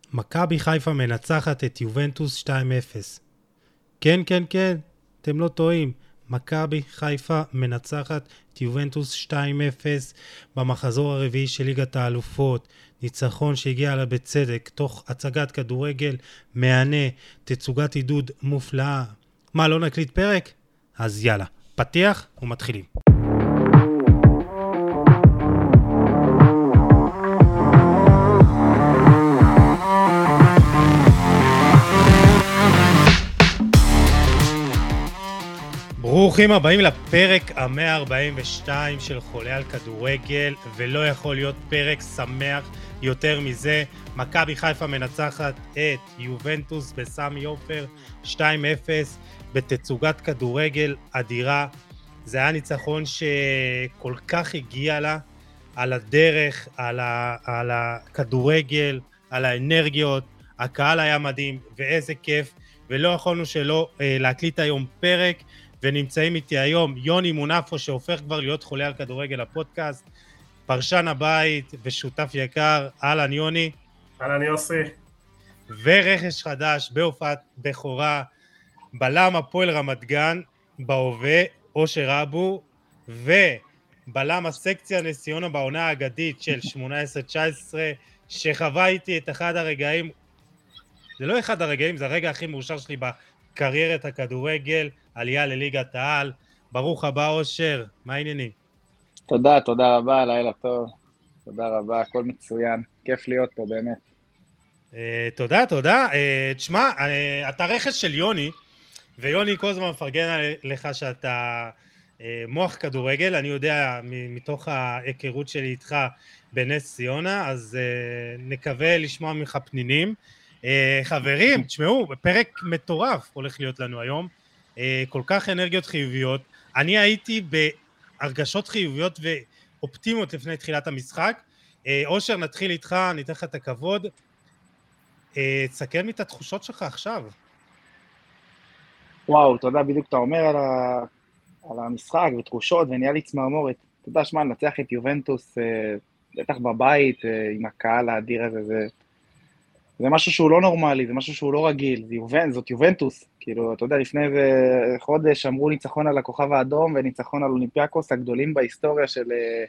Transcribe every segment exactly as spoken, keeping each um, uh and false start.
מכבי חיפה מנצחת את יובנטוס שתיים אפס. כן, כן, כן, אתם לא טועים. מכבי חיפה מנצחת את יובנטוס שתיים אפס במחזור הרביעי של ליגת האלופות. ניצחון שהגיע לה בצדק, תוך הצגת כדורגל מענה, תצוגת עידוד מופלאה. מה, לא נקליט פרק? אז יאללה, פתיח ומתחילים. ברוכים הבאים לפרק ה-מאה ארבעים ושתיים של חולה על כדורגל, ולא יכול להיות פרק שמח יותר מזה. מכבי חיפה מנצחת את יובנטוס בסמי עופר שתיים אפס בתצוגת כדורגל אדירה. זה היה ניצחון שכל כך הגיע לה, על הדרך, על, ה- על הכדורגל, על האנרגיות. הקהל היה מדהים ואיזה כיף, ולא יכולנו שלא אה, להקליט היום פרק. ונמצאים איתי היום יוני מונפו, שהופך כבר להיות חולה על כדורגל הפודקאסט, פרשן הבית ושותף יקר. אהלן יוני. אהלן יוסי. ורכש חדש בהופעת בכורה, בלם הפועל רמת גן בהווה, אושר אבו, ובלם הסקציה נס ציונה בעונה האגדית של שמונה עשרה תשע עשרה, שחווה איתי את אחד הרגעים, זה לא אחד הרגעים, זה הרגע הכי מאושר שלי בקריירת הכדורגל, עלייה לליגת העל. ברוך הבא אושר, מה העניינים? תודה, תודה רבה, לילה טוב, תודה רבה, הכל מצוין, כיף להיות פה באמת. Uh, תודה, תודה. Uh, תשמע, uh, אתה רכש של יוני, ויוני כל הזמן מפרגן לך שאתה uh, מוח כדורגל, אני יודע מתוך ההיכרות שלי איתך בנס ציונה, אז uh, נקווה לשמוע ממך פנינים. Uh, חברים, תשמעו, פרק מטורף הולך להיות לנו היום, uh, כל כך אנרגיות חיוביות. אני הייתי בהרגשות חיוביות ואופטימיות לפני תחילת המשחק. uh, אושר, נתחיל איתך, ניתן לך את הכבוד. תסכם לי את התחושות שלך עכשיו. וואו, תודה, בדיוק אתה אומר על, ה... על המשחק ותחושות, ונהיה לי צמרמורת. תודה, שמע, נצח את יובנטוס, בטח בבית, עם הקהל האדיר הזה, זה, זה משהו שהוא לא נורמלי, זה משהו שהוא לא רגיל, זה יובנ... זאת יובנטוס, כאילו, אתה יודע, לפני איזה חודש אמרו ניצחון על הכוכב האדום, וניצחון על אולימפיאקוס הגדולים בהיסטוריה של...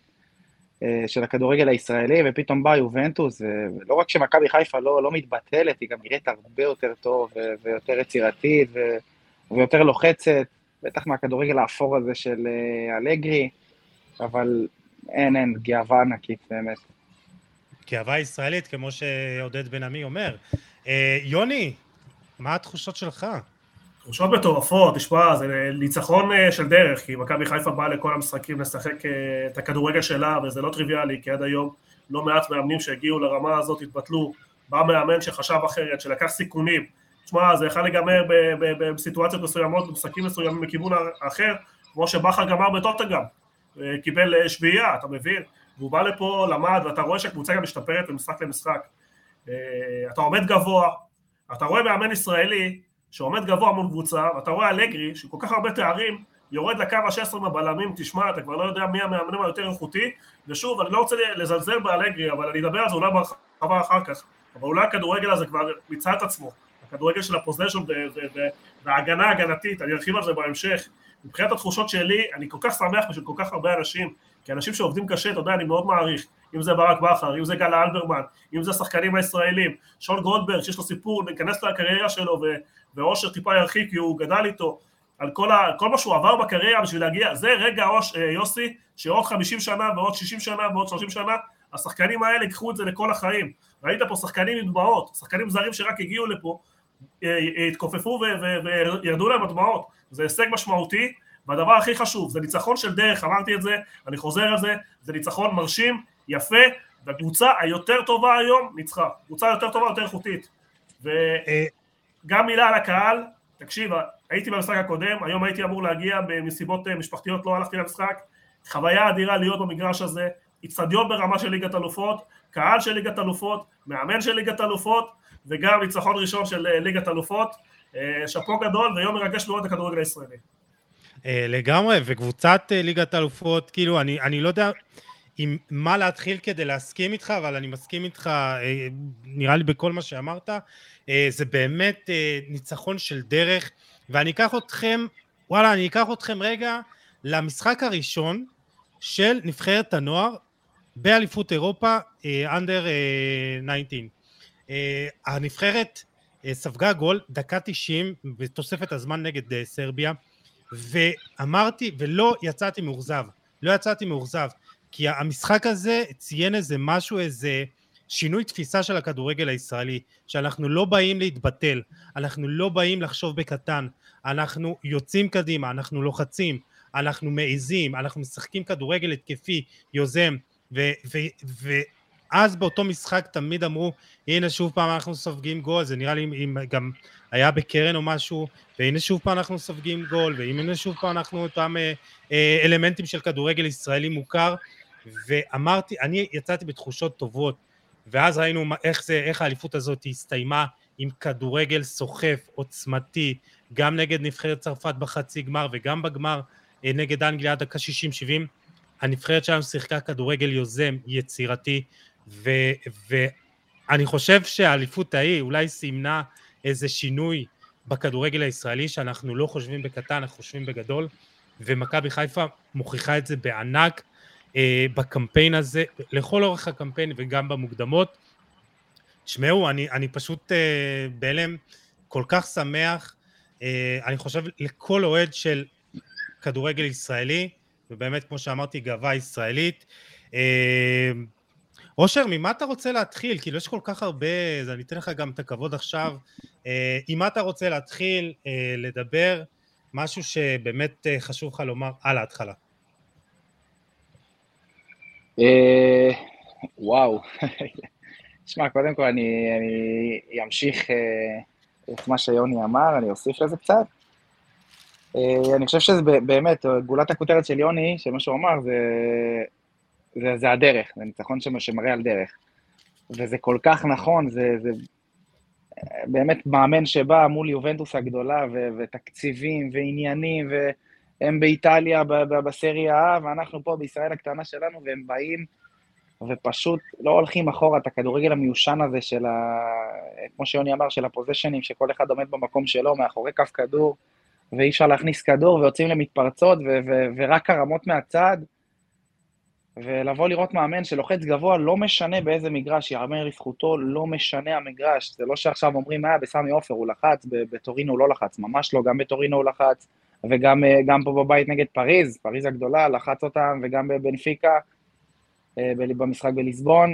של הכדורגל הישראלי, ופתאום בא יובנטוס, ולא רק שמכבי חיפה לא, לא מתבטלת, היא גם נראית הרבה יותר טוב, ויותר יצירתית, ויותר לוחצת, בטח מהכדורגל האפור הזה של אלגרי, אבל אין, אין, גאווה ענקית באמת. גאווה ישראלית, כמו שעודד בן עמי אומר. יוני, מה התחושות שלך? תחושות מטורפות, תשמע, זה ניצחון של דרך, כי מכבי חיפה באה לכל המשחקים לשחק את הכדורגל שלה, וזה לא טריוויאלי, כי עד היום לא מעט מאמנים שהגיעו לרמה הזאת התבטלו, בא מאמן שחשב אחרת, שלקח סיכונים. תשמע, זה יכול להיגמר בסיטואציות מסוימות, במשחקים מסוימים מכיוון אחר, כמו שבכר גמר בטוטנהאם, קיבל שביעייה, אתה מבין? והוא בא לפה, למד, ואתה רואה שהקבוצה גם משתפרת ממשחק למשחק. אתה עומד גבוה, אתה רואה מאמן ישראלי שעומד גבוה מול קבוצה, ואתה רואה אלגרי, שכל כך הרבה תארים, יורד לקו ה-שש עשרה מבלמים, תשמע, אתה כבר לא יודע מי המאמנים היותר איכותי, ושוב, אני לא רוצה לזלזל באלגרי, אבל אני אדבר על זה אולי ברחבה אחר כך, אבל אולי הכדורגל הזה כבר מיצה את עצמו, הכדורגל של הפוזיישן וההגנה ההגנתית, אני ארחיב על זה בהמשך. מבחינת התחושות שלי, אני כל כך שמח בשביל כל כך הרבה אנשים, כי אנשים שעובדים קשה, אתה יודע, אני מאוד מעריך, אם זה ברק בכר, אם זה גל אלברמן, אם זה השחקנים הישראלים, שון גולדברג, שיש לו סיפור, ניכנס לקריירה שלו, ואושר טיפה ירחיק, כי הוא גדל איתו, על כל, ה, כל מה שהוא עבר בקריירה בשביל להגיע, זה רגע אוש, יוסי, שעוד חמישים שנה, ועוד שישים שנה, ועוד שלושים שנה, השחקנים האלה יקחו את זה לכל החיים. ראית פה שחקנים עם דמעות, שחקנים זרים שרק הגיעו לפה, התכופפו וירדו להם הדמעות. זה הישג משמעותי, והדבר הכי חשוב, זה ניצחון של דרך, אמרתי את זה, אני חוזר על זה, זה ניצחון מרשים, יפה, והקבוצה היותר טובה היום ניצחה, קבוצה יותר טובה, יותר איכותית. וגם מילה על הקהל, תקשיב, הייתי במשחק הקודם, היום הייתי אמור להגיע מסיבות משפחתיות, לא הלכתי למשחק, חוויה אדירה להיות במגרש הזה, אצטדיון ברמה של ליגת אלופות, קהל של ליגת אלופות, מאמן של ליגת אלופות, וגם ניצחון ראשון של ליגת אלופות, שפו גדול ויום מרגש לראות את הכדורגל הישראלי. לגמרי, וקבוצת ליגת אלופות, כאילו, אני, אני לא יודע עם מה להתחיל כדי להסכים איתך, אבל אני מסכים איתך, נראה לי בכל מה שאמרת, זה באמת ניצחון של דרך, ואני אקח אתכם, וואלה, אני אקח אתכם רגע למשחק הראשון של נבחרת הנוער, באליפות אירופה, אנדר תשע עשרה. הנבחרת ספגה גול, דקה תשעים, בתוספת הזמן נגד סרביה, ואמרתי, ולא יצאתי מאוכזב, לא יצאתי מאוכזב, כי המשחק הזה ציין איזה משהו, איזה שינוי תפיסה של הכדורגל הישראלי, שאנחנו לא באים להתבטל, אנחנו לא באים לחשוב בקטן, אנחנו יוצאים קדימה, אנחנו לוחצים, אנחנו מעיזים, אנחנו משחקים כדורגל התקפי, יוזם, ו- ו- ואז באותו משחק תמיד אמרו, הנה שוב פעם אנחנו סופגים גול, זה נראה לי אם גם היה בקרן או משהו, והנה שוב פעם אנחנו סופגים גול, והנה שוב פעם אנחנו אותם אה, אה, אלמנטים של כדורגל ישראלי מוכר, ואמרתי, אני יצאתי בתחושות טובות, ואז ראינו איך זה, איך האליפות הזאת הסתיימה, עם כדורגל סוחף, עוצמתי, גם נגד נבחרת צרפת בחצי גמר, וגם בגמר אה, נגד אנגליה דקה שישים שבעים, הנבחרת שלנו שיחקה כדורגל יוזם, יצירתי, ו, ואני חושב שהאליפות ההיא אולי סימנה איזה שינוי בכדורגל הישראלי, שאנחנו לא חושבים בקטן, אנחנו חושבים בגדול, ומכבי חיפה מוכיחה את זה בענק, אה, בקמפיין הזה, לכל אורך הקמפיין וגם במוקדמות. שמעו, אני, אני פשוט אה, בהלם כל כך שמח, אה, אני חושב לכל אוהד של כדורגל ישראלי, ובאמת כמו שאמרתי גאווה ישראלית. אה, אושר, ממה אתה רוצה להתחיל? כאילו יש כל כך הרבה, אז אני אתן לך גם את הכבוד עכשיו, אה, עם מה אתה רוצה להתחיל אה, לדבר, משהו שבאמת אה, חשוב לך לומר על ההתחלה. אה, וואו, תשמע, קודם כל אני, אני אמשיך אה, את מה שיוני אמר, אני אוסיף לזה קצת. אה, אני חושב שזה באמת, גולת הכותרת של יוני, שמה שהוא אמר, זה, זה, זה הדרך, זה ניצחון שמראה על דרך. וזה כל כך נכון, זה, זה באמת מאמן שבא מול יובנטוס הגדולה, ו, ותקציבים ועניינים, והם באיטליה בסריה A, ואנחנו פה בישראל הקטנה שלנו, והם באים, ופשוט לא הולכים אחורה את הכדורגל המיושן הזה של ה... כמו שיוני אמר, של הפוזיישנים, שכל אחד עומד במקום שלו, מאחורי כף כדור, ואי אפשר להכניס כדור, ויוצאים למתפרצות, ו- ו- ורק הרמות מהצד, ולבוא לראות מאמן שלוחץ גבוה, לא משנה באיזה מגרש, יאמר לזכותו, לא משנה המגרש, זה לא שעכשיו אומרים, אה, בסמי עופר הוא לחץ, בטורינו הוא לא לחץ, ממש לא, גם בטורינו הוא לחץ, וגם גם פה בבית נגד פריז, פריז הגדולה, לחץ אותם, וגם בבנפיקה, במשחק בליסבון,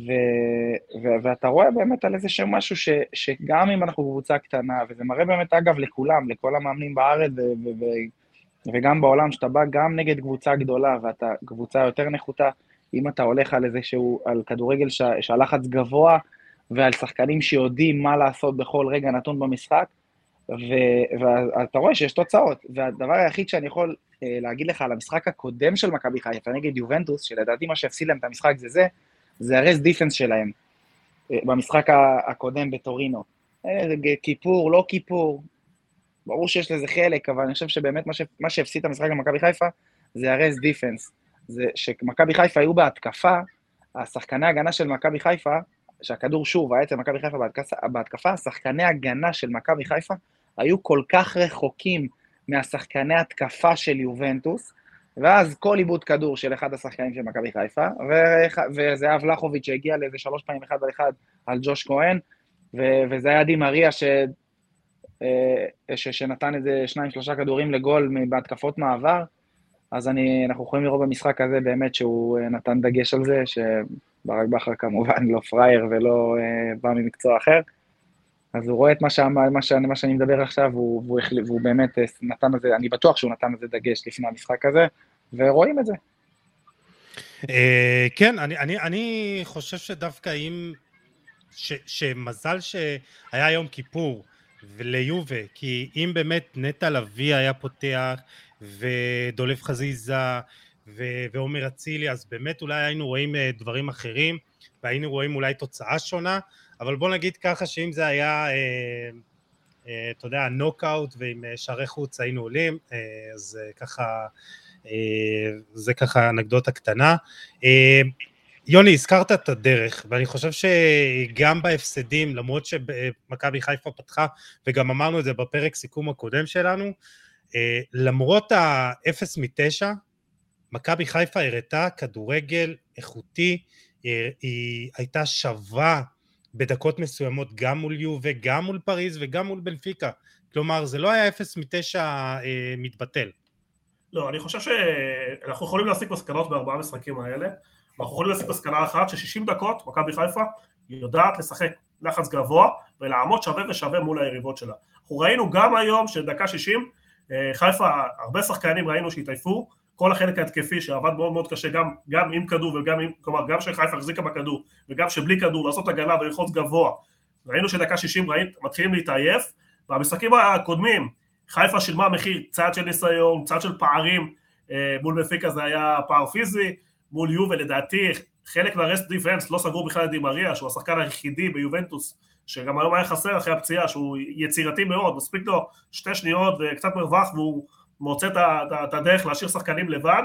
ו- ו- ואתה רואה באמת על איזה שם משהו ש- שגם אם אנחנו קבוצה קטנה, וזה מראה באמת אגב לכולם, לכל המאמנים בארץ ו- ו- ו- וגם בעולם, שאתה בא גם נגד קבוצה גדולה, ואתה קבוצה יותר נחותה, אם אתה הולך על איזה שהוא, על כדורגל ש- שהלחץ גבוה, ועל שחקנים שיודעים מה לעשות בכל רגע נתון במשחק, ו- ואתה רואה שיש תוצאות, והדבר היחיד שאני יכול להגיד לך על המשחק הקודם של מכבי חיפה נגד יובנטוס, שלדעתי מה שהפסיד להם את המשחק זה זה, זה הרס דיפנס שלהם, במשחק הקודם בטורינו. כיפור, לא כיפור, ברור שיש לזה חלק, אבל אני חושב שבאמת מה, ש... מה שהפסיד את המשחק למכבי חיפה, זה הרס דיפנס. זה שמכבי חיפה היו בהתקפה, השחקני הגנה של מכבי חיפה, שהכדור שוב היה אצל מכבי חיפה בהתקפה, בהתקפה, השחקני הגנה של מכבי חיפה, היו כל כך רחוקים מהשחקני התקפה של יובנטוס, ואז כל איבוד כדור של אחד השחקנים של מכבי חיפה, וזהב לחוביץ' שהגיע לאיזה שלוש פעמים אחד על אחד על ג'וש כהן, וזה היה די מריה ש... ש... שנתן איזה שניים שלושה כדורים לגול בהתקפות מעבר, אז אני, אנחנו יכולים לראות במשחק הזה באמת שהוא נתן דגש על זה, שברק בכר כמובן לא פרייר ולא בא ממקצוע אחר, אז הוא רואה את מה, שה, מה, שה, מה שאני מדבר עכשיו, והוא, והוא, והוא באמת נתן לזה, אני בטוח שהוא נתן לזה דגש לפני המשחק הזה, ורואים את זה. כן, אני, אני, אני חושב שדווקא אם, ש, שמזל שהיה יום כיפור, וליובה, כי אם באמת נטע לביא היה פותח, ודולף חזיזה, ו- ועומר אצילי, אז באמת אולי היינו רואים דברים אחרים, והיינו רואים אולי תוצאה שונה, אבל בוא נגיד ככה שאם זה היה, אה, אה, אתה יודע, נוקאוט, ועם שערי חוץ היינו עולים, אה, אז אה, ככה זה ככה אנקדוטה קטנה. יוני, הזכרת את הדרך, ואני חושב שגם בהפסדים, למרות שמכבי חיפה פתחה, וגם אמרנו את זה בפרק סיכום הקודם שלנו, למרות ה-אפס מתשע, מכבי חיפה הראתה כדורגל איכותי, היא הייתה שווה בדקות מסוימות גם מול יובה, גם מול פריז וגם מול בנפיקה. כלומר, זה לא היה אפס מתשע אה, מתבטל. לא, אני חושב שאנחנו יכולים להסיק מסקנות בארבעה משחקים האלה, אנחנו יכולים להסיק מסקנה אחת ש-שישים דקות, מכבי חיפה, היא יודעת לשחק לחץ גבוה, ולעמוד שווה ושווה מול היריבות שלה. אנחנו ראינו גם היום שדקה שישים, חיפה, הרבה שחקנים ראינו שהתעייפו, כל החלק ההתקפי שעבד מאוד מאוד קשה, גם, גם עם כדור וגם עם, כלומר, גם שחיפה החזיקה בכדור, וגם שבלי כדור, לעשות הגנה וללחוץ גבוה. ראינו שדקה שישים ראינו, מתחילים להתעייף, והמשחקים הקודמים, חיפה שילמה מחיר, צעד של ניסיון, צעד של פערים, מול בנפיקה זה היה פער פיזי, מול יובה לדעתי, חלק מהרסט דיפנס לא סגרו בכלל את דימריה, שהוא השחקן היחידי ביובנטוס, שגם היום היה חסר אחרי הפציעה, שהוא יצירתי מאוד, מספיק לו שתי שניות וקצת מרווח, והוא מוצא את הדרך להשאיר שחקנים לבד.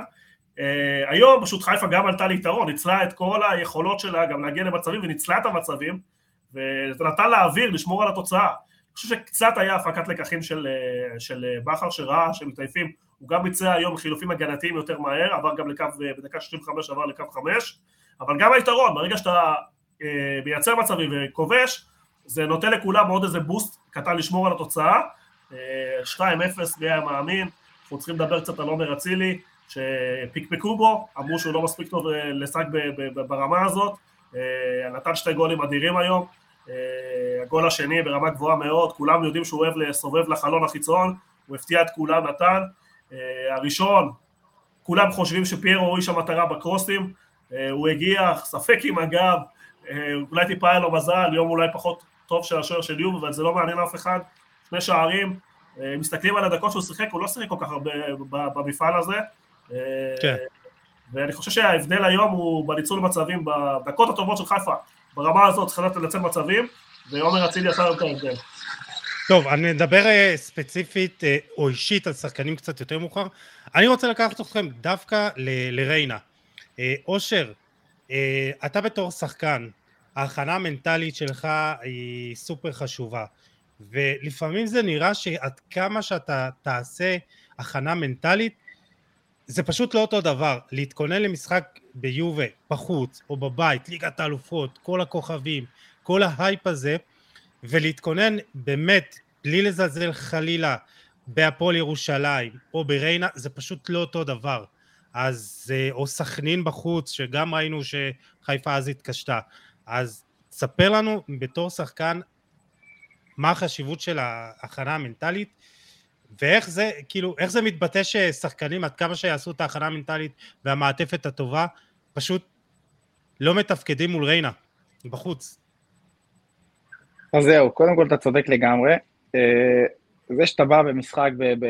היום פשוט חיפה גם עלתה ליתרון, ניצלה את כל היכולות שלה, גם להגיע למצבים, וניצלה את המצבים, וזה נתן להעביר, לשמור על התוצאה. אני חושב שקצת היה הפקת לקחים של, של בכר שראה, שמתעייפים, הוא גם ביצע היום חילופים הגנתיים יותר מהר, עבר גם לקו, בדקה שישים וחמש עבר לקו חמש, אבל גם היתרון, ברגע שאתה אה, מייצר מצבים וכובש, זה נותן לכולם עוד איזה בוסט קטן לשמור על התוצאה, אה, שתיים אפס, מי היה מאמין, אנחנו צריכים לדבר קצת על עומר אצילי, שפיקפקו בו, אמרו שהוא לא מספיק טוב לשחק ברמה הזאת, אה, נתן שתי גולים אדירים היום, הגול השני ברמה גבוהה מאוד, כולם יודעים שהוא אוהב לסובב לחלון החיצון, הוא הפתיע את כולם, נתן, הראשון, כולם חושבים שפיירו הוא איש המטרה בקרוסים, הוא הגיע, ספק עם הגב, אולי טיפה היה לו מזל, יום אולי פחות טוב של השוער של יוב, אבל זה לא מעניין אף אחד, שני שערים, מסתכלים על הדקות שהוא שיחק, הוא לא שיחק כל כך הרבה במפעל הזה, כן. ואני חושב שההבדל היום הוא בניצול מצבים, בדקות הטובות של חיפה, ברמה הזאת צריך לדעת לנצל מצבים, ועומר אצילי עשה יותר הבדל. טוב, אני אדבר ספציפית או אישית על שחקנים קצת יותר מאוחר. אני רוצה לקחת אתכם דווקא ל- לריינה. אושר, אתה בתור שחקן, ההכנה המנטלית שלך היא סופר חשובה, ולפעמים זה נראה שעד כמה שאתה תעשה הכנה מנטלית, זה פשוט לא אותו דבר. להתכונן למשחק ביובה, בחוץ או בבית, ליגת האלופות, כל הכוכבים, כל ההייפ הזה, ולהתכונן באמת, בלי לזלזל חלילה, בהפועל ירושלים או בריינה, זה פשוט לא אותו דבר. אז, או סכנין בחוץ, שגם ראינו שחיפה אז התקשתה. אז תספר לנו בתור שחקן, מה החשיבות של ההכנה המנטלית, ואיך זה, כאילו, איך זה מתבטא ששחקנים, עד כמה שיעשו את ההכנה המנטלית והמעטפת הטובה, פשוט לא מתפקדים מול ריינה, בחוץ. אז זהו, קודם כל אתה צודק לגמרי. זה שאתה בא במשחק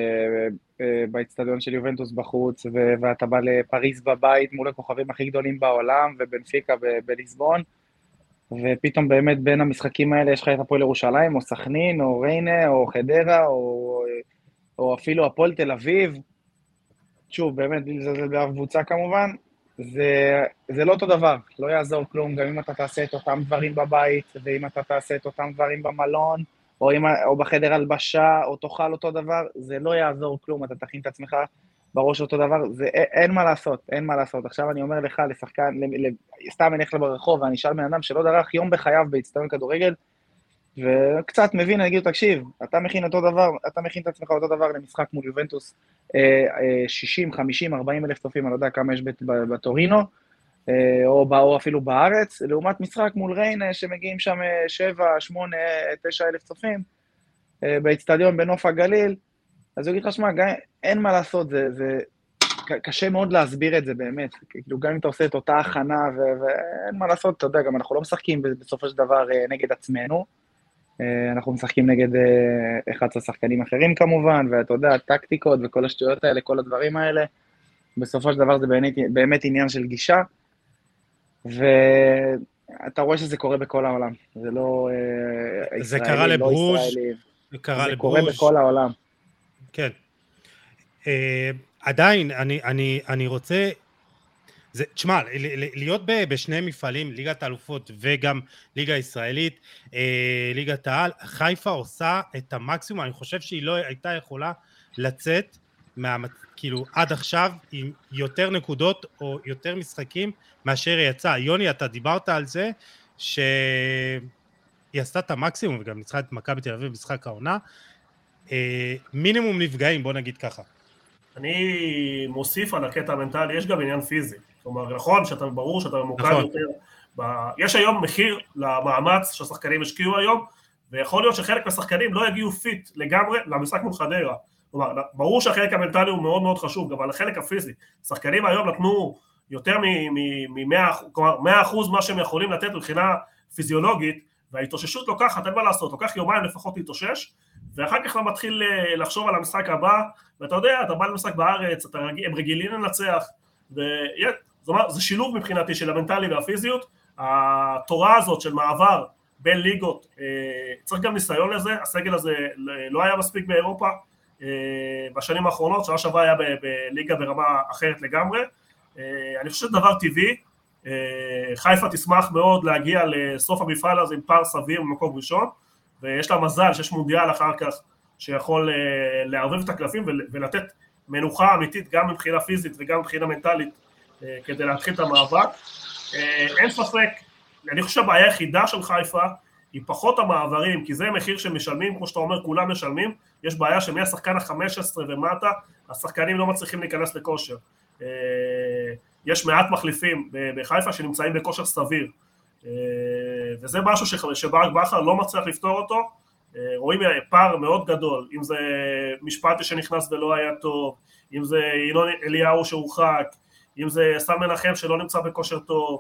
באצטדיון של יובנטוס בחוץ, ואתה בא לפריז בבית מול הכוכבים הכי גדולים בעולם, ובנפיקה בליסבון, ופתאום באמת בין המשחקים האלה יש לך את הפועל ירושלים, או סכנין, או ריינה, או חדרה, או, או אפילו הפועל תל אביב, שוב, באמת, בלי לזלזל באף קבוצה כמובן, זה, זה לא אותו דבר, לא יעזור כלום, גם אם אתה תעשה את אותם דברים בבית, ואם אתה תעשה את אותם דברים במלון, או, אם, או בחדר הלבשה, או תאכל אותו דבר, זה לא יעזור כלום, אתה תכין את עצמך בראש אותו דבר, זה, אין מה לעשות, אין מה לעשות. עכשיו אני אומר לך, לשחקן, סתם אני אלך ברחוב, ואני אשאל בן אדם שלא דרך יום בחייו באצטדיון כדורגל, וקצת מבין, אני אגיד, תקשיב, אתה מכין אותו דבר, אתה מכין את עצמך אותו דבר למשחק מול יובנטוס, שישים, חמישים, ארבעים אלף צופים, אני לא יודע כמה יש בטורינו, או, או אפילו בארץ, לעומת משחק מול ריינה, שמגיעים שם שבע, שמונה, תשע אלף צופים, באצטדיון בנוף הגליל, אז הוא יגיד לך, שמה, אין מה לעשות, זה, זה קשה מאוד להסביר את זה באמת, כאילו גם אם אתה עושה את אותה הכנה, ואין מה לעשות, אתה יודע, גם אנחנו לא משחקים בסופו של דבר נגד עצמנו, אנחנו משחקים נגד אחד עשר שחקנים אחרים כמובן, ואתה יודע, טקטיקות וכל השטויות האלה, כל הדברים האלה, בסופו של דבר זה באמת, באמת עניין של גישה, ואתה רואה שזה קורה בכל העולם, זה לא זה ישראלי, קרה לברוז', לא ישראלי, זה קרה זה לברוז'. קורה בכל העולם. כן. עדיין, אני, אני, אני רוצה, זה, תשמע, להיות בשני מפעלים, ליגת האלופות וגם ליגה ישראלית, אה, ליגת העל, חיפה עושה את המקסימום, אני חושב שהיא לא הייתה יכולה לצאת, מה, כאילו עד עכשיו, עם יותר נקודות או יותר משחקים מאשר היא יצאה. יוני, אתה דיברת על זה, שהיא עשתה את המקסימום, וגם ניצחה את מכבי תל אביב במשחק העונה, אה, מינימום נפגעים, בוא נגיד ככה. אני מוסיף על הקטע המנטלי, יש גם עניין פיזי. כלומר, נכון, שאתה ברור שאתה ממוקד נכון. יותר. ב... יש היום מחיר למאמץ שהשחקנים השקיעו היום, ויכול להיות שחלק מהשחקנים לא יגיעו פיט לגמרי למשחק מול חדרה. כלומר, ברור שהחלק המנטלי הוא מאוד מאוד חשוב, אבל החלק הפיזי, שחקנים היום נתנו יותר מ-מאה, כלומר, מאה אחוז מה שהם יכולים לתת מבחינה פיזיולוגית, וההתאוששות לוקחת, אין מה לעשות, לוקח יומיים לפחות להתאושש, ואחר כך אתה מתחיל לחשוב על המשחק הבא, ואתה יודע, אתה בא למשחק בארץ, אתה רגיל, הם רגילים לנצח, זאת אומרת, זה שילוב מבחינתי של המנטלי והפיזיות, התורה הזאת של מעבר בין ליגות, צריך גם ניסיון לזה, הסגל הזה לא היה מספיק באירופה, בשנים האחרונות, שעה שווה היה בליגה ברמה אחרת לגמרי, אני חושב שזה דבר טבעי, חיפה תשמח מאוד להגיע לסוף המפעל הזה עם פער סביר במקום ראשון, ויש לה מזל שיש מונדיאל אחר כך שיכול לערבב את הקלפים ולתת מנוחה אמיתית גם מבחינה פיזית וגם מבחינה מנטלית כדי להתחיל את המאבק. אין ספק, אני חושב שהבעיה היחידה של חיפה היא פחות המעברים, כי זה מחיר שמשלמים, כמו שאתה אומר, כולם משלמים, יש בעיה שמהשחקן ה-חמש עשרה ומטה, השחקנים לא מצליחים להיכנס לכושר. יש מעט מחליפים בחיפה שנמצאים בכושר סביר, וזה משהו שברק בכר לא מצליח לפתור אותו, רואים פער מאוד גדול, אם זה משפטי שנכנס ולא היה טוב, אם זה ינון אליהו שהורחק, אם זה סל מנחם שלא נמצא בכושר טוב.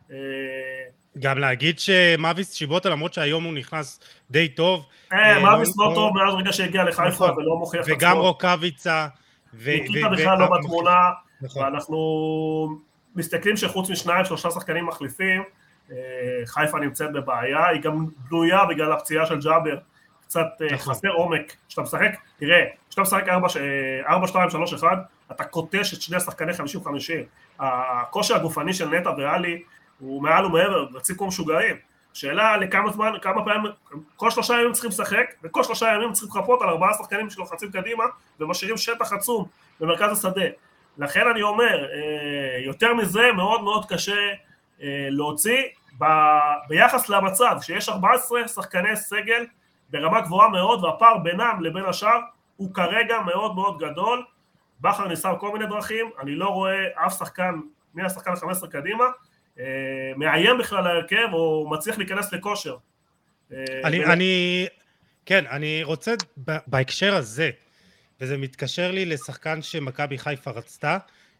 גם להגיד שמאביס שיבוטה, למרות שהיום הוא נכנס די טוב. מאביס לא טוב מאז רגע שהגיע לחיפה ולא מוכיח את עצמו. וגם רוקאביצה. ניקיטה בכלל לא בתמונה, ואנחנו מסתכלים שחוץ משניים, שלושה שחקנים מחליפים, חיפה נמצאת בבעיה, היא גם בנויה בגלל הפציעה של ג'אבר, קצת חסר עומק, כשאתה משחק, תראה, כשאתה משחק ארבע שתיים שלוש אחת, אתה קוטש את שני השחקני חמישים חמישים, הכושר הגופני של נטע ואלי, הוא מעל ומעבר, רצים כמו משוגעים, שאלה לכמה זמן, כמה פעמים, כל שלושה ימים צריכים לשחק, וכל שלושה ימים צריכים לחפות על ארבעה שחקנים שלוחצים קדימה, ומשאירים שטח עצום במרכז השדה. לכן אני אומר, יותר מזה מאוד מאוד קשה להוציא, ביחס למצב, שיש ארבעה עשר שחקני סגל ברמה גבוהה מאוד, והפער בינם לבין השאר הוא כרגע מאוד מאוד גדול, בכר ניסה כל מיני דרכים, אני לא רואה אף שחקן, מי השחקן ה-חמש עשרה קדימה, מאיים בכלל להרכב, או מצליח להיכנס לכושר. אני, אני, כן, אני רוצה בהקשר הזה, וזה מתקשר לי לשחקן שמכבי חיפה רצתה,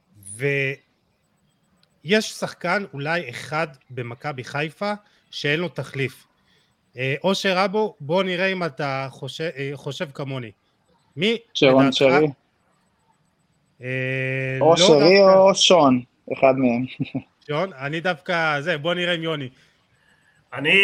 ויש שחקן אולי אחד במכבי חיפה שאין לו תחליף. אושר אבו, בוא נראה אם אתה חושב, חושב כמוני. מי? שרון שרי. או שרי או שון, אחד מהם. שון, אני דווקא, זה, בוא נראה עם יוני. אני,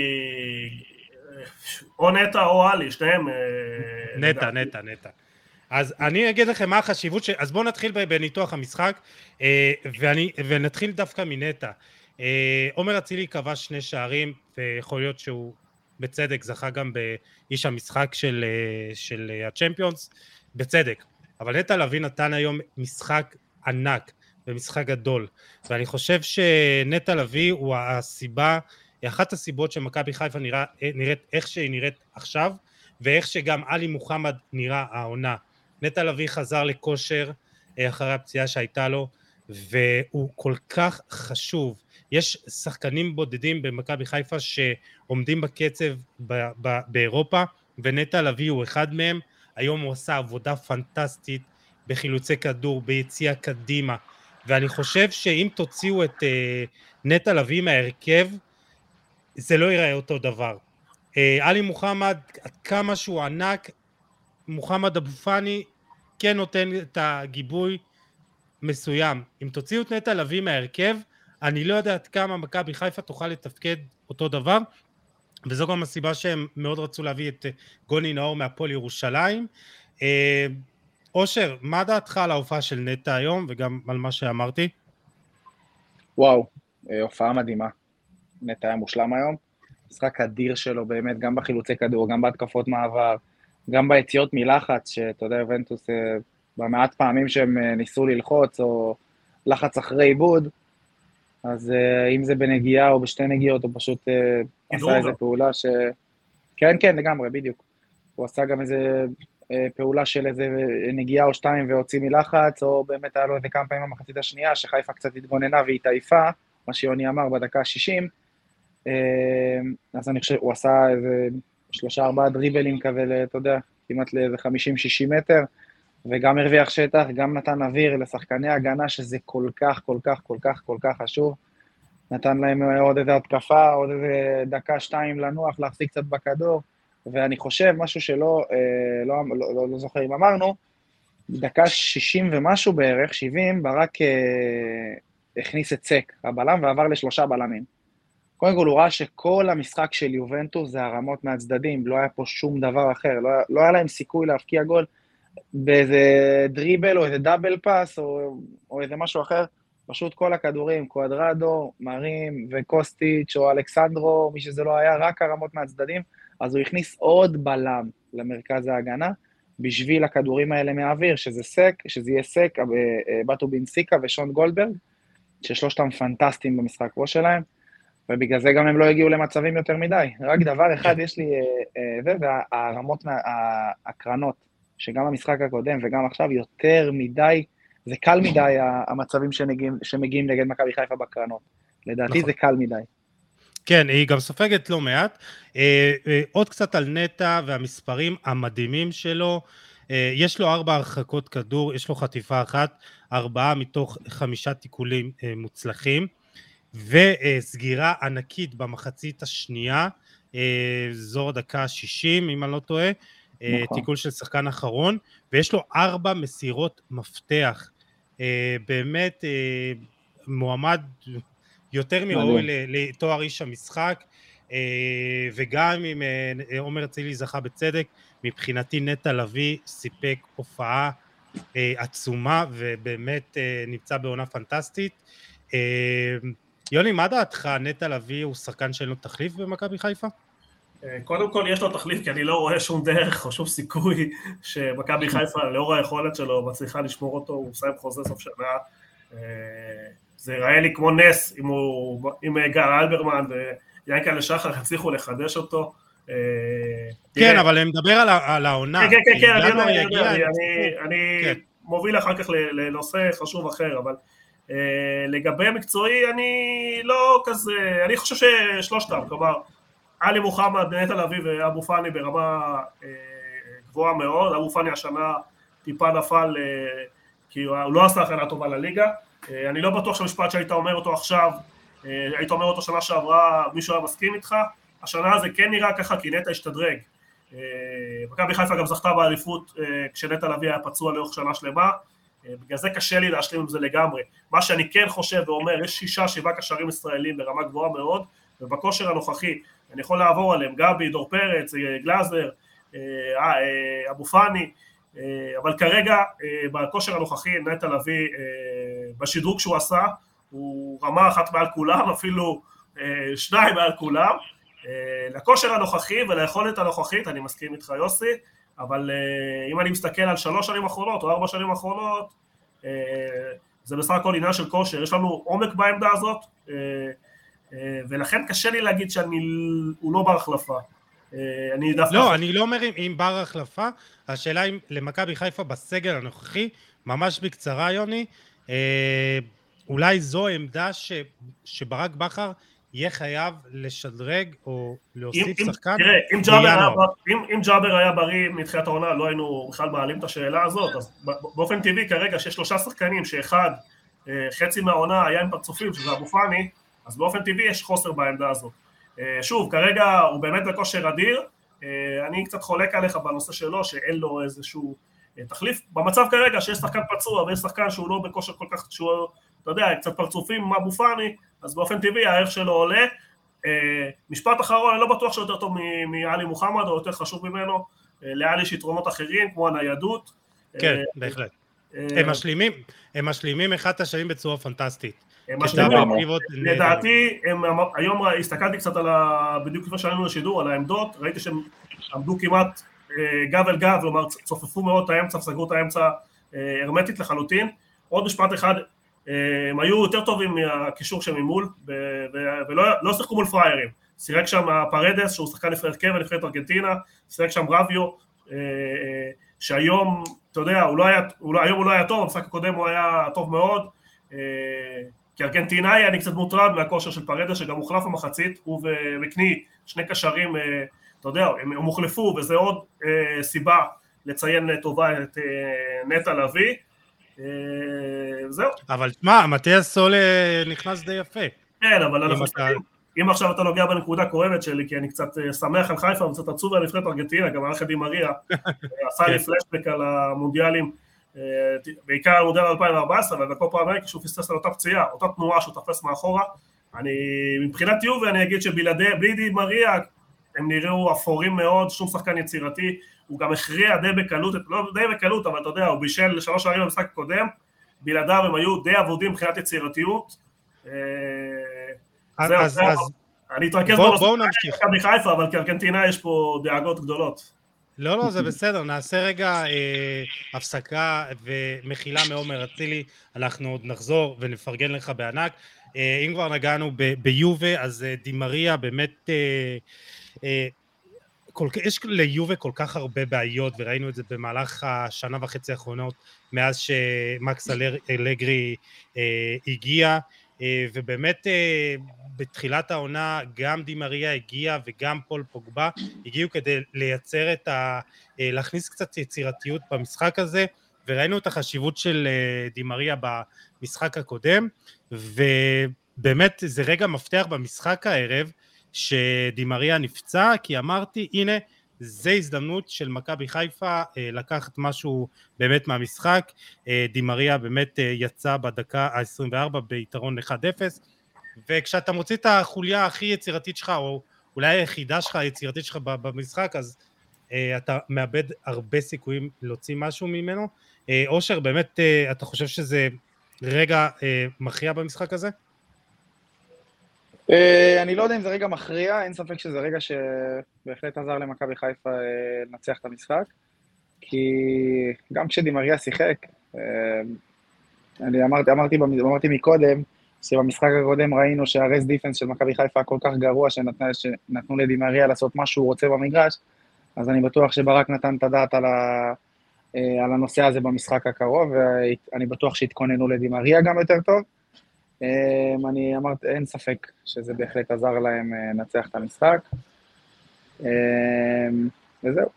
או נטע או אלי, שניהם. נטע, נטע, נטע. אז אני אגיד לכם מה החשיבות, ש... אז בואו נתחיל בניתוח המשחק, ואני, ונתחיל דווקא מנטע. עומר אצילי קבע שני שערים, ויכול להיות שהוא בצדק זכה גם באיש המשחק של, של הצ'מפיונס, בצדק. אבל נטע לביא נתן היום משחק ענק, במשחק גדול, ואני חושב שנטע לביא הוא הסיבה, היא אחת הסיבות שמכבי חיפה נראה, נראית איך שהיא נראית עכשיו, ואיך שגם עלי מוחמד נראה העונה. נטע לביא חזר לכושר אחרי הפציעה שהייתה לו, והוא כל כך חשוב. יש שחקנים בודדים במכבי חיפה שעומדים בקצב ב- ב- באירופה, ונטע לביא הוא אחד מהם. היום הוא עשה עבודה פנטסטית בחילוצי כדור, ביציאה קדימה, ואני חושב שאם תוציאו את uh, נטע לביא מהרכב, זה לא ייראה אותו דבר. Uh, עלי מוחמד, כמה שהוא ענק, מוחמד אבו פאני כן נותן את הגיבוי מסוים. אם תוציאו את נטע לביא מהרכב, אני לא יודע עד כמה מכבי חיפה תוכל לתפקד אותו דבר, וזו גם הסיבה שהם מאוד רצו להביא את גוני נאור מהפועל ירושלים. Uh, אושר, מה דעתך על ההופעה של נטע היום, וגם על מה שאמרתי? וואו, הופעה מדהימה. נטע היה מושלם היום. משחק אדיר שלו באמת, גם בחילוצי כדור, גם בהתקפות מעבר, גם ביציאות מלחץ, שאתה יודע, יובנטוס, במעט פעמים שהם ניסו ללחוץ, או לחץ אחרי עיבוד, אז אם זה בנגיעה או בשתי נגיעות, הוא פשוט עשה איזו פעולה ש... כן, כן, לגמרי, בדיוק. הוא עשה גם איזה פעולה של איזה נגיעה או שתיים והוציא מלחץ, או באמת היה לו איזה כמה פעמים במחצית השנייה, שחיפה קצת התגוננה והיא תעיפה, מה שיוני אמר בדקה ה-שישים, אז אני חושב, הוא עשה איזה שלושה ארבעה דריבלים כזה, אתה יודע, כמעט לאיזה חמישים שישים מטר, וגם הרוויח שטח, גם נתן אוויר לשחקני הגנה, שזה כל כך, כל כך, כל כך, כל כך חשוב, נתן להם עוד איזה התקפה, עוד איזה דקה שתיים לנוח, להחזיק קצת בכדור, ואני חושב, משהו שלא, לא, לא, לא, לא זוכר אם אמרנו, דקה שישים ומשהו בערך, שבעים, ברק אה, הכניס את סק, הבלם, ועבר לשלושה בלמים. קודם כל, הוא ראה שכל המשחק של יובנטוס זה הרמות מהצדדים, לא היה פה שום דבר אחר, לא, לא היה להם סיכוי להפקיע גול באיזה דריבל או איזה דאבל פאס או, או איזה משהו אחר, פשוט כל הכדורים, קואדרדו, מרים וקוסטיץ' או אלכסנדרו, מי שזה לא היה, רק הרמות מהצדדים, אז הוא הכניס עוד בלם למרכז ההגנה, בשביל הכדורים האלה מהאוויר, שזה סק, שזה יהיה סק, בטו בינסיקה ושון גולדברג, ששלושתם פנטסטיים במשחק פה שלהם, ובגלל זה גם הם לא הגיעו למצבים יותר מדי. רק דבר אחד יש לי, זה, והרמות, הקרנות, שגם המשחק הקודם וגם עכשיו יותר מדי, זה קל מדי המצבים שמגיעים, שמגיעים נגד מכבי חיפה בקרנות. לדעתי זה קל מדי. כן, היא גם סופגת לא מעט. אה, אה, עוד קצת על נטע והמספרים המדהימים שלו. אה, יש לו ארבע הרחקות כדור, יש לו חטיפה אחת, ארבעה מתוך חמישה תיקולים אה, מוצלחים, וסגירה ענקית במחצית השנייה, אה, זו דקה שישים, אם אני לא טועה, אה, נכון. תיקול של שחקן אחרון, ויש לו ארבע מסירות מפתח. אה, באמת אה, מועמד... יותר מראוי לתואר איש המשחק, וגם אם עומר אצילי זכה בצדק, מבחינתי נטע לביא סיפק הופעה עצומה, ובאמת נמצא בעונה פנטסטית. יוני, מה דעתך? נטע לביא הוא שחקן שאין לו תחליף במכבי חיפה? קודם כל יש לו תחליף, כי אני לא רואה שום דרך או שום סיכוי שמכבי חיפה, לאור היכולת שלו, מצליחה לשמור אותו, הוא מסיים חוזה סוף שנה, זה ראה לי כמו נס, אם, הוא, אם גל אלברמן ויינקל שחר הצליחו לחדש אותו. כן, תראה, אבל אני מדבר על, על העונה. כן, כן, כן, אני, אני, יגיע, אני, אני, אני כן. מוביל אחר כך לנושא חשוב אחר, אבל אה, לגבי מקצועי, אני לא כזה, אני חושב ששלושתם, כלומר, עלי מוחמד, נטע לביא ואבו פאני ברמה אה, גבוהה מאוד, אבו פאני השנה טיפה נפל, אה, כי הוא לא עשה הכנה טובה לליגה, אני לא בטוח שהמשפט שהיית אומר אותו עכשיו, היית אומר אותו שנה שעברה, מישהו היה מסכים איתך, השנה הזה כן נראה ככה, כי נטע השתדרג. מכבי חיפה גם זכתה באליפות, כשנטע לביא היה פצוע לאורך שנה שלמה, בגלל זה קשה לי להשלים עם זה לגמרי. מה שאני כן חושב ואומר, יש שישה, שבעה קשרים ישראלים ברמה גבוהה מאוד, ובכושר הנוכחי, אני יכול לעבור עליהם, גבי, דור פרץ, גלאזר, אבו פאני, אבל כרגע בכושר הנוכחי נטע לביא בשדרוג שהוא עשה הוא רמה אחת מעל כולם, אפילו שניים מעל כולם. לכושר הנוכחי וליכולת הנוכחית אני מסכים איתך יוסי, אבל אם אני מסתכל על שלוש שנים אחרונות או ארבע שנים אחרונות, זה בסך הכל עניין של כושר, יש לנו עומק בעמדה הזאת, ולכן קשה לי להגיד שהוא לא בר החלפה. אני לא, אני לא אומר אם בר החלפה, השאלה אם למכבי חיפה בסגל הנוכחי, ממש בקצרה יוני, אולי זו עמדה שברק בכר יהיה חייב לשדרג או להוסיף שחקן. תראה, אם ג'אבר היה בריא מתחילת העונה, לא היינו בכלל מעלים את השאלה הזאת, אז באופן טבעי כרגע שיש שלושה שחקנים, שאחד, חצי מהעונה היה עם פרצופים, שזה אבו פאני, אז באופן טבעי יש חוסר בעמדה הזאת. שוב, כרגע הוא באמת בכושר אדיר, אני קצת חולק עליך בנושא שלו, שאין לו איזשהו תחליף, במצב כרגע שיש שחקן פצוע, ויש שחקן שהוא לא בכושר כל כך, שהוא, אתה יודע, קצת פרצופים עם אבו פאני, אז באופן טבעי הערך שלו עולה. משפט אחרון, אני לא בטוח שיותר טוב מעלי מוחמד, או יותר חשוב ממנו, לעלי יש יתרונות אחרים, כמו הניידות, כן, בהחלט. הם משלימים, הם משלימים אחד את השנים בצורה פנטסטית. הם משלימים, לדעתי, היום הסתכלתי קצת על ה... בדיוק כפי שעלינו לשידור, על העמדות, ראיתי שהם עמדו כמעט גב אל גב, כלומר צופפו מאוד את האמצע, סגרו את האמצע הרמטית לחלוטין. עוד משפט אחד, הם היו יותר טובים מהקישור שהם ממול, ולא שיחקו מול פריירים. שיחק שם פרדס, שהוא שחקן נבחרת קבע, נבחרת ארגנטינה, שיחק שם רביו, שהיום, אתה יודע, הוא לא היה, היום הוא לא היה טוב, במשחק הקודם הוא היה טוב מאוד, כארגנטינאי אני קצת מוטרד מהכושר של פרדס, שגם הוחלף במחצית, הוא ומקני, שני קשרים, אתה יודע, הם הוחלפו, וזה עוד סיבה לציין טובה את נטע לביא, זהו. אבל תשמע, מתיאס סולה נכנס די יפה. כן, אבל אנחנו מסתכלים, אם עכשיו אתה נוגע בנקודה קורבת שלי, כי אני קצת שמח על חיפה וקצת עצוב על נבחרת ארגנטינה, גם ערך די מריה, עשה לי פלשבק על המונדיאלים, בעיקר על מונדיאל אלפיים וארבע עשרה, ובקופה אמריקה שהוא פספס על אותה פציעה, אותה תנועה שהוא תפס מאחורה. אני, מבחינת יובה אני אגיד שבלי די מריה, הם נראו אפורים מאוד, שום שחקן יצירתי, הוא גם הכריע די בקלות, לא די בקלות, אבל אתה יודע, הוא בישל שלוש שערים במשחק הקודם, בלעדיו הם היו די עבודים מבחינת יצירתיות. זהו, אני אתרכז בנושא מכבי חיפה, אבל כארגנטינה יש פה דאגות גדולות. לא, לא, זה בסדר, נעשה רגע הפסקה ומחילה מעומר אצילי, אנחנו עוד נחזור ונפרגן לך בענק. אם כבר נגענו ביובה, אז די מריה באמת... יש ליובה כל כך הרבה בעיות, וראינו את זה במהלך השנה וחצי האחרונות, מאז שמקס אלגרי הגיע, ובאמת בתחילת העונה גם די מריה הגיע וגם פול פוגבה הגיעו כדי לייצר את ה... להכניס קצת יצירתיות במשחק הזה, וראינו את החשיבות של די מריה במשחק הקודם, ובאמת זה רגע מפתח במשחק הערב, שדי מריה נפצע, כי אמרתי, הנה, זה הזדמנות של מכבי חיפה לקחת משהו באמת מהמשחק. די מריה באמת יצא בדקה ה-עשרים וארבע ביתרון אחד אפס, וכשאתה מוציא את החוליה הכי יצירתית שלך, או אולי היחידה שלך, היצירתית שלך במשחק, אז אתה מאבד הרבה סיכויים להוציא משהו ממנו. אושר, באמת אתה חושב שזה רגע מכריע במשחק הזה? אני לא יודע אם זה רגע מכריע, אין ספק שזה רגע שבהחלט עזר למכבי חיפה לנצח את המשחק, כי גם כשדי מריה שיחק, אני אמרתי, אמרתי, אמרתי מקודם, שבמשחק הקודם ראינו שהרס דיפנס של מכבי חיפה כל כך גרוע, שנתנו, שנתנו לדי מריה לעשות מה שהוא רוצה במגרש, אז אני בטוח שברק נתן את הדעת על, ה, על הנושא הזה במשחק הקרוב, ואני בטוח שהתכוננו לדי מריה גם יותר טוב, אני אמרתי, אין ספק שזה בהחלט עזר להם לנצח את המשחק, וזהו.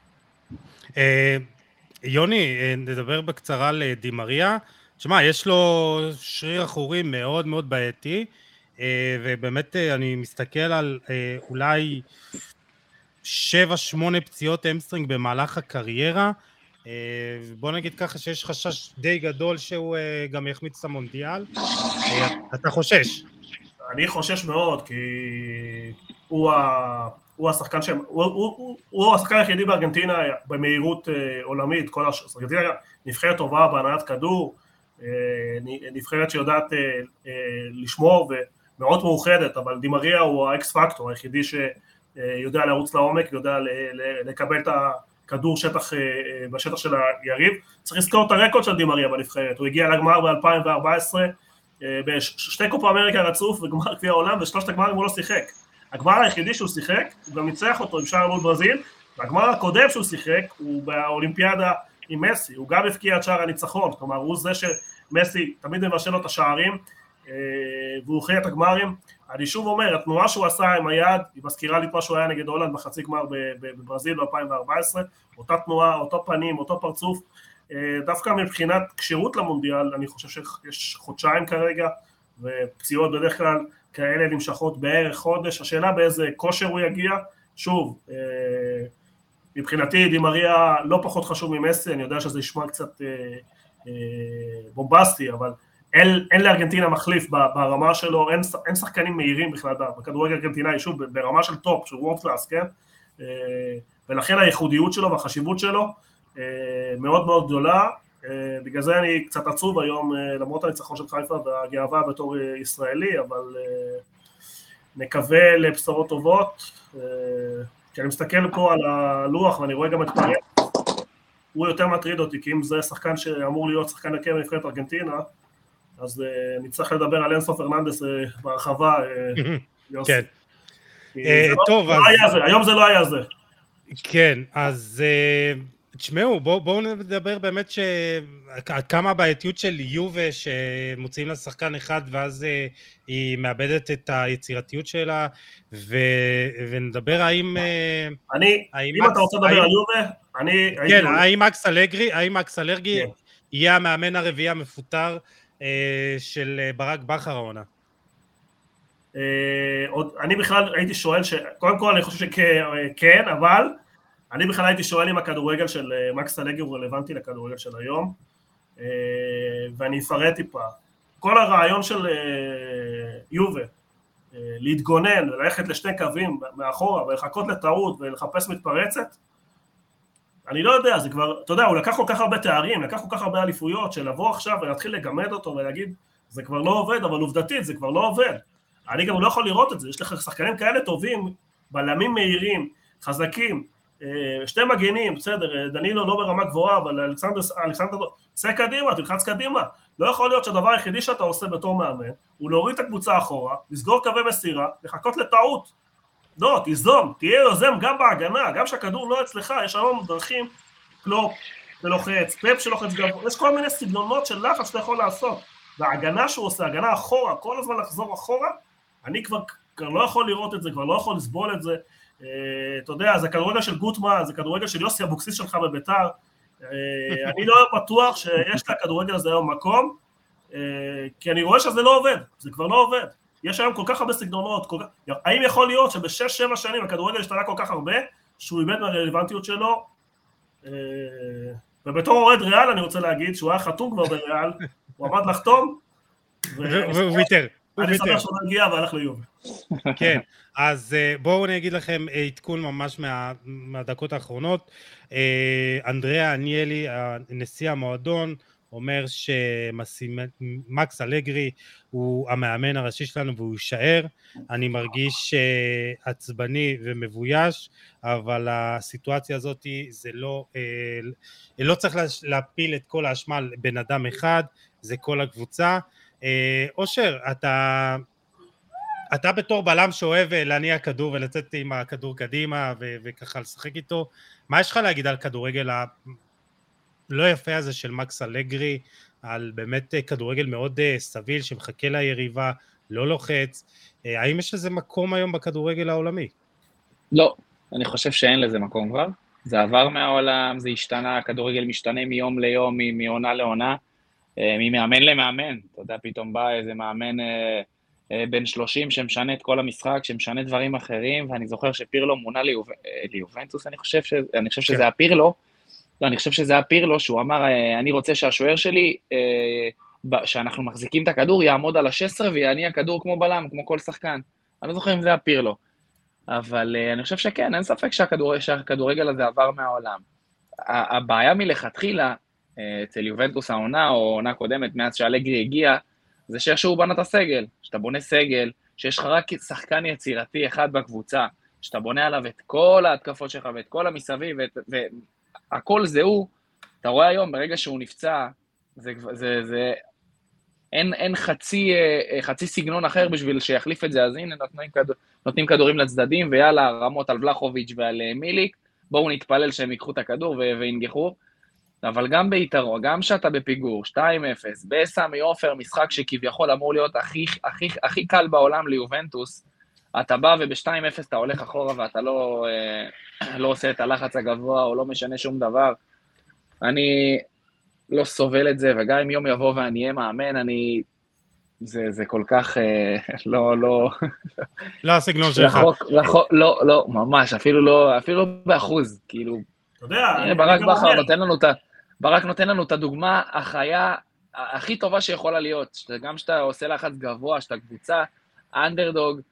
יוני, נדבר בקצרה על די מריה. תשמע, יש לו שריר אחורי מאוד מאוד בעייתי, ובאמת אני מסתכל על אולי שבע שמונה פציעות אמסטרינג במהלך הקריירה, בוא נגיד ככה שיש חשש די גדול שהוא גם יחמיץ את המונדיאל. אתה חושש? אני חושש מאוד, כי הוא ה... הוא השחקן שהם, הוא, הוא, הוא, הוא השחקן היחידי בארגנטינה במהירות עולמית, כל הש... ארגנטינה נבחרת טובה בהנעת כדור, נבחרת שיודעת לשמור ומאוד מאוחדת, אבל די מריה הוא האקס פקטור, היחידי שיודע לרוץ לעומק, יודע לקבל את הכדור שטח, בשטח של היריב. צריך לזכור את הרקורד של די מריה בנבחרת, הוא הגיע לגמר ב-אלפיים וארבע עשרה, בשתי קופה אמריקה רצוף וגמר גביע העולם, ושלושת הגמרים הוא לא שיחק. הגמר היחידי שהוא שיחק, הוא גם ניצח אותו עם שער מול ברזיל, והגמר הקודם שהוא שיחק, הוא באולימפיאדה עם מסי, הוא גם הפקיע את שער הניצחון, כלומר הוא זה שמסי תמיד מבשל לו את השערים, והוא הכריע את הגמרים. אני שוב אומר, התנועה שהוא עשה עם היד, היא מזכירה לי את מה שהוא היה נגד הולנד בחצי גמר בברזיל ב-אלפיים וארבע עשרה, אותה תנועה, אותו פנים, אותו פרצוף, דווקא מבחינת קשירות למונדיאל, אני חושב שיש חודשיים כרגע, ופציעות בדרך כלל כאלה נמשכות בערך חודש, השאלה באיזה כושר הוא יגיע, שוב, מבחינתי די מריה לא פחות חשוב ממסי, אני יודע שזה ישמע קצת בומבסטי, אבל אין, אין לארגנטינה מחליף ברמה שלו, אין, אין שחקנים מהירים בכלל, בכדורגל ארגנטינאי, שוב, ברמה של טופ, של וורד קלאס, כן? ולכן הייחודיות שלו והחשיבות שלו, מאוד מאוד גדולה, בגלל זה אני קצת עצוב היום, למרות הניצחון של חיפה והגאווה בתור ישראלי, אבל נקווה לבשורות טובות, כי אני מסתכל פה על הלוח ואני רואה גם את פרץ, הוא יותר מטריד אותי, כי אם זה שחקן שאמור להיות שחקן הרכב בנבחרת ארגנטינה, אז נצטרך לדבר על אינסו פרננדס בהרחבה, יוסי. כן. טוב, אז... היום זה לא היה זה. כן, אז תשמעו, בואו נדבר באמת כמה הבעייתיות של יובה שמוציאים לה שחקן אחד ואז היא מאבדת את היצירתיות שלה, ונדבר האם... אני, אם אתה רוצה לדבר על יובה, אני... כן, האם מקס אלגרי, האם מקס אלגרי יהיה המאמן הרביעי המפוטר של ברק בכר העונה? אני בכלל הייתי שואל, קודם כל אני חושב שכן, אבל אני בכלל הייתי שואל אם הכדורגל של מקס אלגרי הוא רלוונטי לכדורגל של היום, ואני אפרט טיפה. כל הרעיון של יובה, להתגונן וללכת לשתי קווים מאחורה ולחכות לטעות ולחפש מתפרצת, אני לא יודע, זה כבר, אתה יודע, הוא לקח כל כך הרבה תארים, לקח כל כך הרבה אליפויות, שלבוא עכשיו ולהתחיל לגמד אותו ולהגיד, זה כבר לא עובד, אבל עובדתית זה כבר לא עובד. אני גם לא יכול לראות את זה, יש לך שחקנים כאלה טובים, בלמים מהירים, חזקים, שתי מגנים, בסדר, דנילו לא ברמה גבוהה, אבל אלכסנדר, אלכסנדר, צא קדימה, תלחץ קדימה. לא יכול להיות שהדבר היחידי שאתה עושה בתור מאמן, הוא להוריד את הקבוצה אחורה, לסגור קווי מסירה, לחכות לטעות. לא, תיזום, תהיה יוזם גם בהגנה, גם שהכדור לא אצלך, יש היום דרכים, קלופ ולוחץ, פפ שלוחץ גבוה, יש כל מיני סגנונות של לחץ שאתה יכול לעשות. וההגנה שהוא עושה, הגנה אחורה, כל הזמן לחזור אחורה, אני כבר, כבר לא יכול לראות את זה, כבר לא יכול לסבול את זה. אתה יודע, זה כדורגל של גוטמן, זה כדורגל של יוסי אבוקסיס שלך בביתר, אני לא בטוח שיש לכדורגל הזה היום מקום, כי אני רואה שזה לא עובד, זה כבר לא עובד. יש היום כל כך הרבה סגנונות, כל כך... האם יכול להיות שבשש שבע שנים הכדורגל השתנה כל כך הרבה, שהוא איבד מהרלוונטיות שלו, ובתור אוהד ריאל אני רוצה להגיד שהוא היה חתום כבר בריאל, הוא עמד לחתום, והוא ויתר. אני שמח שהוא נגיע והלך ליובה. כן, אז בואו נגיד לכם עדכון ממש מהדקות האחרונות. אנדריאה אניאלי, נשיא המועדון, אומר שמקס אלגרי הוא המאמן הראשי שלנו והוא יישאר. אני מרגיש עצבני ומבויש, אבל הסיטואציה הזאת זה לא, לא צריך להפיל את כל האשמה על בן אדם אחד, זה כל הקבוצה. אושר, אתה, אתה בתור בלם שאוהב להניע כדור ולצאת עם הכדור קדימה ו- וככה לשחק איתו, מה יש לך להגיד על כדורגל הלא יפה הזה של מקס אלגרי, על באמת כדורגל מאוד סביל שמחכה ליריבה, לא לוחץ, האם יש לזה מקום היום בכדורגל העולמי? לא, אני חושב שאין לזה מקום כבר, זה עבר מהעולם, זה השתנה, הכדורגל משתנה מיום ליום, מעונה לעונה, ממאמן למאמן, אתה יודע, פתאום בא איזה מאמן אה, אה, בן שלושים שמשנה את כל המשחק, שמשנה דברים אחרים, ואני זוכר שפירלו מונה ליוב... ליובנטוס, אני חושב, ש... אני חושב שזה הפירלו, לא, אני חושב שזה הפירלו, שהוא אמר, אה, אני רוצה שהשוער שלי, אה, ב... שאנחנו מחזיקים את הכדור, יעמוד על השש עשרה ויעניע כדור כמו בלם, כמו כל שחקן. אני לא זוכר אם זה הפירלו, אבל אה, אני חושב שכן, אין ספק שהכדור... שהכדורגל הזה עבר מהעולם. הבעיה מלכתחילה, אצל יובנטוס העונה, או עונה קודמת, מאז שאלגרי הגיע, זה שאיכשהו בנה את הסגל, שאתה בונה סגל, שיש לך רק שחקן יצירתי אחד בקבוצה, שאתה בונה עליו את כל ההתקפות שלך, ואת כל המסביב, והכל זה הוא, אתה רואה היום, ברגע שהוא נפצע, זה, זה, זה, אין, אין חצי, חצי סגנון אחר בשביל שיחליף את זה, אז הנה, נותנים, כדור, נותנים כדורים לצדדים, ויאללה, רמות על ולחוביץ' ועל מיליק, בואו נתפלל שהם ייקחו את הכדור וינגחו, אבל גם ביתרו, גם שאתה בפיגור, שתיים אפס, בסמי עופר, משחק שכביכול אמור להיות הכי, הכי, הכי קל בעולם ליובנטוס, אתה בא וב-שתיים אפס אתה הולך אחורה ואתה לא, לא עושה את הלחץ הגבוה או לא משנה שום דבר. אני לא סובל את זה, וגם אם יום יבוא ואני אהיה מאמן, אני... זה, זה כל כך לא, לא... לא הסגנון שלך. רחוק, רחוק, לא, לא, ממש, אפילו לא, אפילו לא באחוז, כאילו... אתה יודע, ברק בכר נותן לנו את ה... ברק נותן לנו את הדוגמה החיה הכי טובה שיכולה להיות, גם שאתה עושה לחץ גבוה, שאתה קבוצה, אנדרדוג,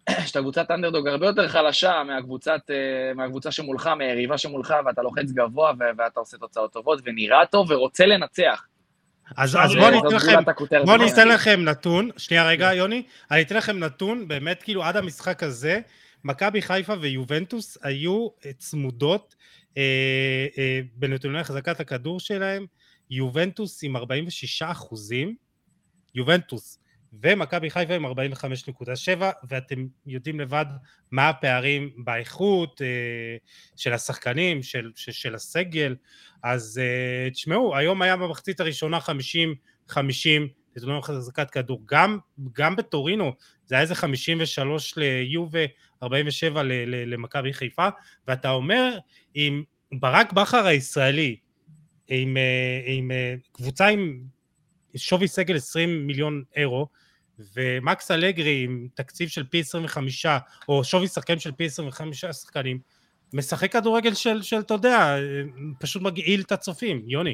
שאתה קבוצת אנדרדוג הרבה יותר חלשה מהקבוצת, מהקבוצה שמולך, מהיריבה שמולך, ואתה לוחץ גבוה, ואתה עושה תוצאות טובות, ונראה טוב, ורוצה לנצח. אז, אז בוא ניתן לכם, בוא ניתן לכם נתון, שנייה רגע יוני, אני אתן לכם נתון, באמת כאילו עד המשחק הזה, מכבי חיפה ויובנטוס היו צמודות אה, אה, בנתוני החזקת הכדור שלהם, יובנטוס עם ארבעים ושישה אחוזים, יובנטוס, ומכבי חיפה עם ארבעים וחמש נקודה שבע, ואתם יודעים לבד מה הפערים באיכות אה, של השחקנים, של, של, של הסגל, אז אה, תשמעו, היום היה במחצית הראשונה חמישים חמישים, נתוני החזקת כדור, גם, גם בטורינו, זה היה איזה חמישים ושלוש ליובה, ארבעים ושבע למכבי חיפה, ואתה אומר, עם ברק בכר הישראלי, עם, עם קבוצה עם שווי סגל עשרים מיליון אירו, ומקס אלגרי עם תקציב של פי עשרים וחמישה, או שווי שחקנים של פי עשרים וחמישה שחקנים, משחק כדורגל של, של, אתה יודע, פשוט מגעיל את הצופים, יוני.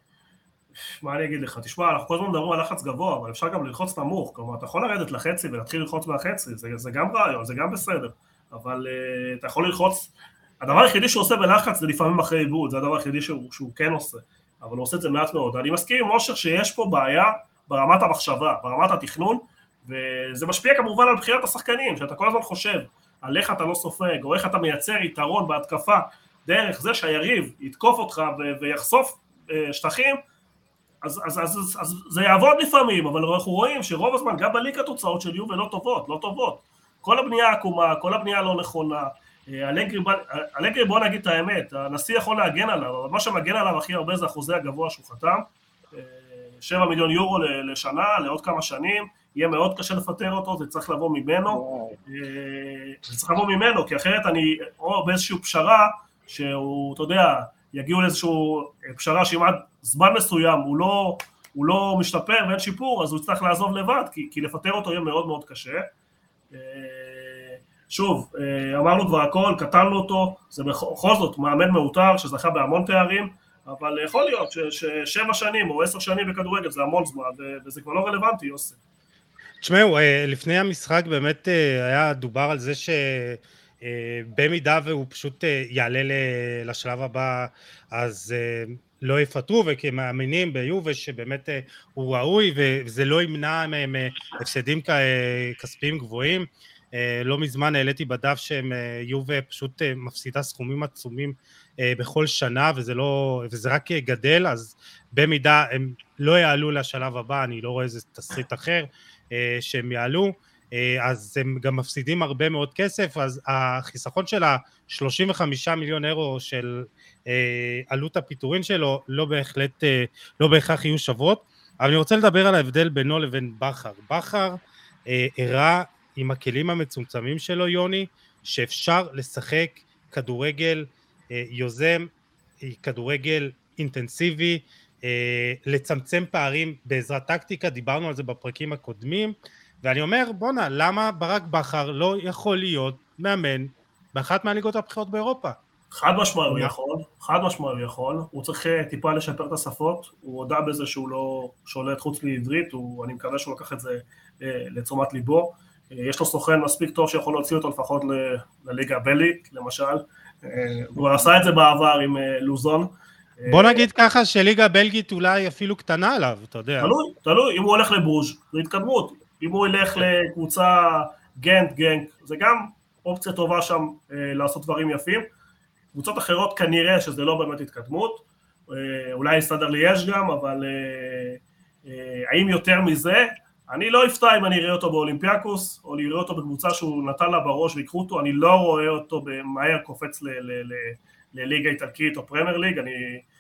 מה אני אגיד לך? תשמע, אנחנו כל הזמן מדברים על לחץ גבוה, אבל אפשר גם ללחוץ נמוך, כלומר, אתה יכול לרדת לחצי ולהתחיל ללחוץ מהחצי, זה, זה גם רעיון, זה גם בסדר, אבל uh, אתה יכול ללחוץ, הדבר היחידי שהוא עושה בלחץ זה לפעמים אחרי עיבוד, זה הדבר היחידי שהוא, שהוא כן עושה, אבל הוא עושה את זה מעט מאוד. אני מסכים עם מושר שיש פה בעיה ברמת המחשבה, ברמת התכנון, וזה משפיע כמובן על בחירת השחקנים, שאתה כל הזמן חושב על איך אתה לא סופג, או איך אתה מייצר יתרון בהתקפה, דרך זה שהיריב יתקוף אותך ו- ויחשוף uh, שטחים, אז, אז, אז, אז, אז זה יעבוד לפעמים, אבל אנחנו רואים שרוב הזמן, גם בליגה התוצאות של יובה לא טובות, לא טובות. כל הבנייה עקומה, כל הבנייה לא נכונה. אלגרי, אלגרי בוא נגיד את האמת, הנשיא יכול להגן עליו, אבל מה שמגן עליו הכי הרבה זה החוזה הגבוה שהוא חתם, שבעה מיליון יורו לשנה, לעוד כמה שנים, יהיה מאוד קשה לפטר אותו, זה צריך לבוא ממנו, זה צריך לבוא ממנו, כי אחרת אני, או באיזושהי פשרה, שהוא, אתה יודע, יגיעו לאיזשהו פשרה שעם עד זמן מסוים הוא לא, הוא לא משתפר ואין שיפור, אז הוא יצטרך לעזוב לבד, כי, כי לפטר אותו יהיה מאוד מאוד קשה. שוב, אמרנו כבר הכל, קטלנו אותו, זה בכל זאת מאמן מאותר שזכה בהמון תארים, אבל יכול להיות ששבע שנים או עשר שנים בכדורגל זה המון זמן, וזה כבר לא רלוונטי, יוסי. תשמעו, לפני המשחק באמת היה דובר על זה ש... במידה והוא פשוט יעלה לשלב הבא, אז לא יפטרו, וכמאמינים ביובה שבאמת הוא ראוי, וזה לא ימנע מהם הפסדים כספיים גבוהים. לא מזמן העליתי בדף שהם יובה פשוט מפסידה סכומים עצומים בכל שנה, וזה, לא, וזה רק גדל, אז במידה הם לא יעלו לשלב הבא, אני לא רואה איזה תסריט אחר שהם יעלו, אז הם גם מפסידים הרבה מאוד כסף, אז החיסכון של ה-שלושים וחמישה מיליון אירו של עלות הפיטורין שלו לא בהחלט, לא בהכרח יהיו שוות, אבל אני רוצה לדבר על ההבדל בינו לבין בכר. בכר הראה עם הכלים המצומצמים שלו, יוני, שאפשר לשחק כדורגל יוזם, כדורגל אינטנסיבי, לצמצם פערים בעזרת טקטיקה, דיברנו על זה בפרקים הקודמים, ואני אומר, בונה, למה ברק בכר לא יכול להיות מאמן באחת מהליגות הבכירות באירופה? חד משמעי הוא יכול, חד משמעי הוא יכול, הוא צריך טיפה לשפר את השפות, הוא הודע בזה שהוא לא שולט חוץ לעברית, הוא, אני מקווה שהוא לקח את זה לתשומת ליבו, יש לו סוכן מספיק טוב שיכול להוציא אותו לפחות לליגה הבלגית, למשל, הוא עשה את זה בעבר עם לוזון. בוא נגיד ככה שליגה הבלגית אולי אפילו קטנה עליו, אתה יודע. תלוי, תלוי, אם הוא הולך לבוז' זה התקדמות, אם הוא ילך לקבוצה גנט, גנק, זה גם אופציה טובה שם לעשות דברים יפים, קבוצות אחרות כנראה שזה לא באמת התקדמות, אולי יסתדר לי יש גם, אבל האם יותר מזה, אני לא אפתע אם אני אראה אותו באולימפיאקוס, או אני אראה אותו בקבוצה שהוא נתן לה בראש ויקחו אותו, אני לא רואה אותו במהר קופץ לליגה איטלקית או פרמייר ליג, אני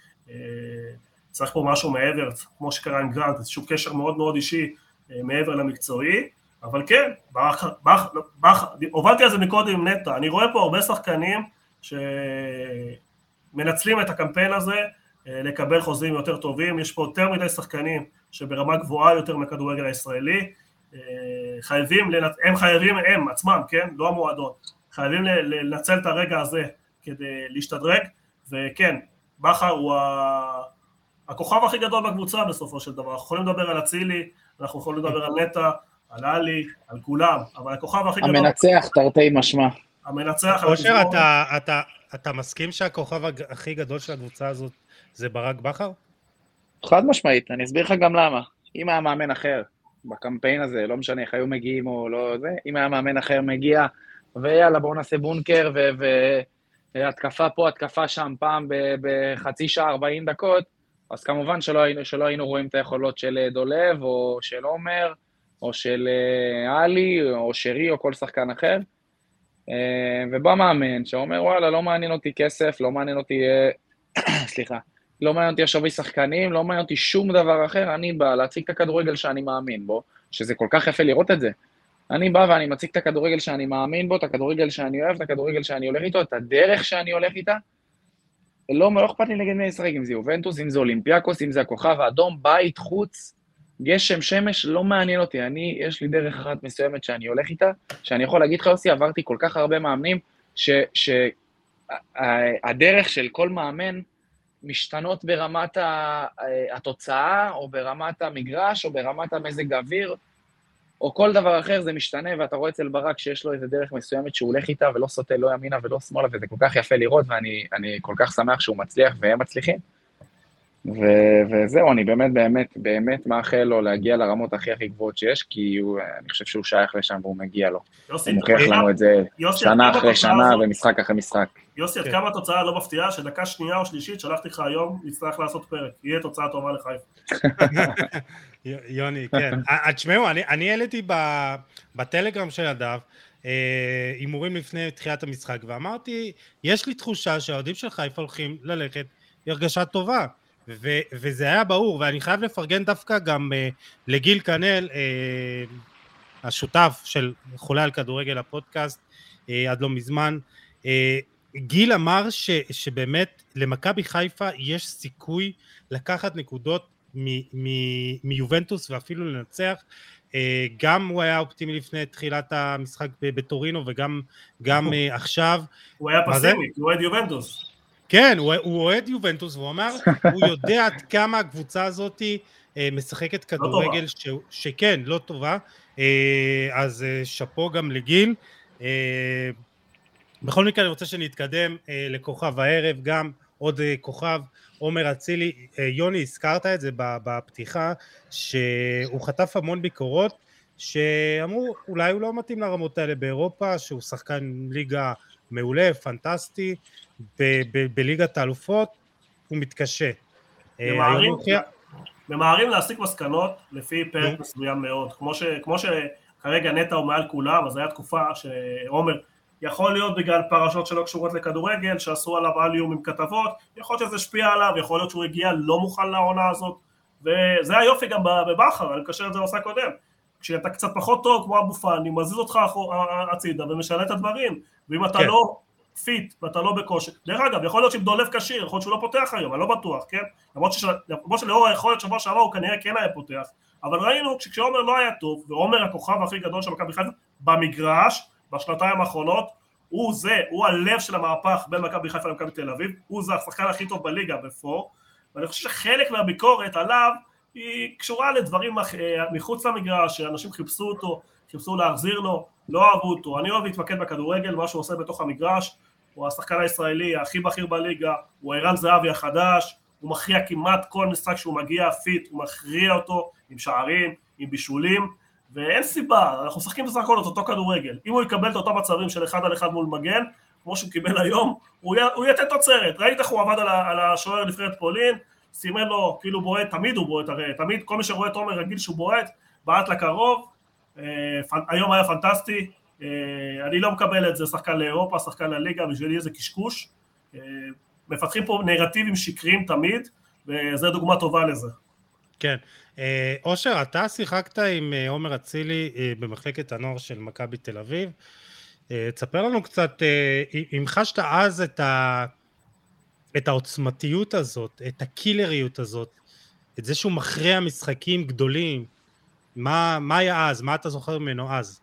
צריך פה משהו מעבר, כמו שקרה עם גרנט, איזשהו קשר מאוד מאוד אישי מעבר למקצועי, אבל כן, הובלתי על זה מקודם עם נטה, אני רואה פה הרבה שחקנים שמנצלים את הקמפיין הזה, לקבל חוזים יותר טובים, יש פה יותר מדי שחקנים שברמה גבוהה יותר מכדורגל הישראלי, חייבים, הם חייבים, הם עצמם, כן, לא המועדון, חייבים לנצל את הרגע הזה כדי להשתדרג, וכן, בכר הוא הכוכב הכי גדול בקבוצה בסופו של דבר, אנחנו יכולים לדבר על אצילי, אנחנו יכולים לדבר על נטה, על אלי, על כולם, אבל הכוכב הכי גדול... המנצח תרתי משמע. המנצח... אושר, אתה, אתה, אתה מסכים שהכוכב הכי גדול של הקבוצה הזאת זה ברק בכר? חד משמעית, אני אסביר לך גם למה. אם היה מאמן אחר בקמפיין הזה, לא משנה איך היו מגיעים או לא זה, אם היה מאמן אחר מגיע, ויאללה בואו נעשה בונקר, והתקפה פה, התקפה שם, פעם בחצי שעה, ארבעים דקות, אז כמובן שלא היינו, שלא היינו רואים את היכולות של דולב, או של עומר, או של אלי, או שרי, או כל שחקן אחר. ובא מאמן שאומר, וואלה, לא מעניין אותי כסף, לא מעניין אותי, סליחה, לא מעניין אותי השווי שחקנים, לא מעניין אותי שום דבר אחר, אני בא להציג את הכדורגל שאני מאמין בו, שזה כל כך יפה לראות את זה. אני בא ואני מציג את הכדורגל שאני מאמין בו, את הכדורגל שאני אוהב, את הכדורגל שאני הולך איתו, את הדרך שאני הולך איתה. לא, לא אכפת לי נגד מי לשחק, אם זה יובנטוס, אם זה אולימפיאקוס, אם זה הכוכב האדום, בית, חוץ, גשם, שמש, לא מעניין אותי. אני, יש לי דרך אחת מסוימת שאני הולך איתה, שאני יכול להגיד לך, יוסי, עברתי כל כך הרבה מאמנים, שהדרך של כל מאמן משתנות ברמת התוצאה, או ברמת המגרש, או ברמת המזג האוויר, או כל דבר אחר, זה משתנה, ואתה רואה אצל ברק שיש לו איזה דרך מסוימת שהוא הולך איתה, ולא סוטה, לא ימינה ולא שמאלה, וזה כל כך יפה לראות, ואני אני כל כך שמח שהוא מצליח, והם מצליחים. ו- וזהו, אני באמת, באמת, באמת מאחל לו להגיע לרמות הכי הכי גבוהות שיש, כי הוא, אני חושב שהוא שייך לשם, והוא מגיע לו. יוסי, הוא מוכיח לנו את זה יוסי, שנה אחרי שנה, הזאת, ומשחק אחרי משחק. יוסי, עד כמה התוצאה לא מפתיעה, שדקה שנייה או שלישית, שלחתי לך היום, נצטרך לעשות פרק, יהיה תוצאה טובה לחיפה. יוני, כן. תשמעו, אני העליתי בטלגרם של הדף, הימורים לפני תחילת המשחק, ואמרתי, יש לי תחושה שהאוהדים של חיפה הולכים ללכת הרגשה טובה, ו- וזה היה ברור, ואני חייב לפרגן דווקא גם uh, לגיל קנל, uh, השותף של חולה על כדורגל הפודקאסט, uh, עד לא מזמן, uh, גיל אמר ש- שבאמת למכבי חיפה יש סיכוי לקחת נקודות מיובנטוס ואפילו לנצח, uh, גם הוא היה אופטימי לפני תחילת המשחק בטורינו וגם גם uh, עכשיו. הוא היה פסימי, הוא אוהד יובנטוס. כן, הוא, הוא אוהד יובנטוס, והוא אמר, הוא יודע עד כמה הקבוצה הזאת אה, משחקת כדורגל, לא ש, שכן, לא טובה, אה, אז אה, שפו גם לגיל. אה, בכל מקרה אני רוצה שנתקדם אה, לכוכב הערב, גם עוד אה, כוכב, עומר אצילי, אה, יוני, הזכרת את זה בפתיחה, שהוא חטף המון ביקורות, שאמרו, אולי הוא לא מתאים לרמות האלה באירופה, שהוא שחקן ליגה מעולה, פנטסטי, ב- ב- בליגת האלופות הוא מתקשה. ממהרים להסיק מסקנות לפי פרק מסוים מאוד, כמו, ש, כמו שכרגע נטע הוא מעל כולם, אז היה תקופה שעומר יכול להיות בגלל פרשות שלא קשורות לכדורגל, שעשו עליו אליום עם כתבות, יכול להיות שזה השפיע עליו, יכול להיות שהוא הגיע לא מוכן לעונה הזאת, וזה היופי גם בבחר, אני מקשר את זה לעושה קודם, כשאתה קצת פחות טוב כמו אבו פאני, מזיז אותך הצידה ומשנה את הדברים, ואם אתה כן. לא פיט ואתה לא בכושר, דרך אגב, יכול להיות שאם דולב קשיר, יכול להיות שהוא לא פותח היום, אני לא בטוח, כן? למרות שלאור היכולת שבוע שעבר הוא כנראה כן היה פותח, אבל ראינו כשעומר לא היה טוב, ועומר הכוכב הכי גדול של מכבי חיפה במגרש, בשנתיים האחרונות, הוא זה, הוא הלב של המהפך בין מכבי חיפה למכבי תל אביב, הוא זה השחקן הכי טוב בליגה בפור, ואני חושב שחלק מהביקורת עליו היא קשורה לדברים מחוץ למגרש, שאנשים חיפשו אותו, חיפשו להחזיר לו, לא אהבו אותו. אני אוהב להתמקד בכדורגל, מה שהוא עושה בתוך המגרש, הוא השחקן הישראלי הכי בכיר בליגה, הוא ערן זהבי החדש, הוא מכריע כמעט כל משחק שהוא מגיע פיט, הוא מכריע אותו עם שערים, עם בישולים, ואין סיבה, אנחנו משחקים בסך הכל את אותו כדורגל. אם הוא יקבל את אותם מצבים של אחד על אחד מול מגן, כמו שהוא קיבל היום, הוא, י... הוא יתן תוצרת. ראית איך הוא עבד על, ה... על השוער נבחרת פולין, סימן לו, כאילו בועט, תמיד הוא בועט, הרי תמיד כל מי שרואה את עומר רגיל שהוא בועט, בעט לקרוב, היום היה פנטסטי, אני לא מקבל את זה, שחקן לאירופה, שחקן לליגה, בשבילי איזה קשקוש, מפתחים פה נרטיבים שקריים תמיד, וזו דוגמה טובה לזה. כן, אושר, אתה שיחקת עם עומר אצילי במחלקת הנוער של מכבי תל אביב, תספר לנו קצת, אם חשת אז את ה... את העוצמתיות הזאת, את הקילריות הזאת, את זה שהוא מכריע משחקים גדולים, מה, מה היה אז? מה אתה זוכר ממנו אז?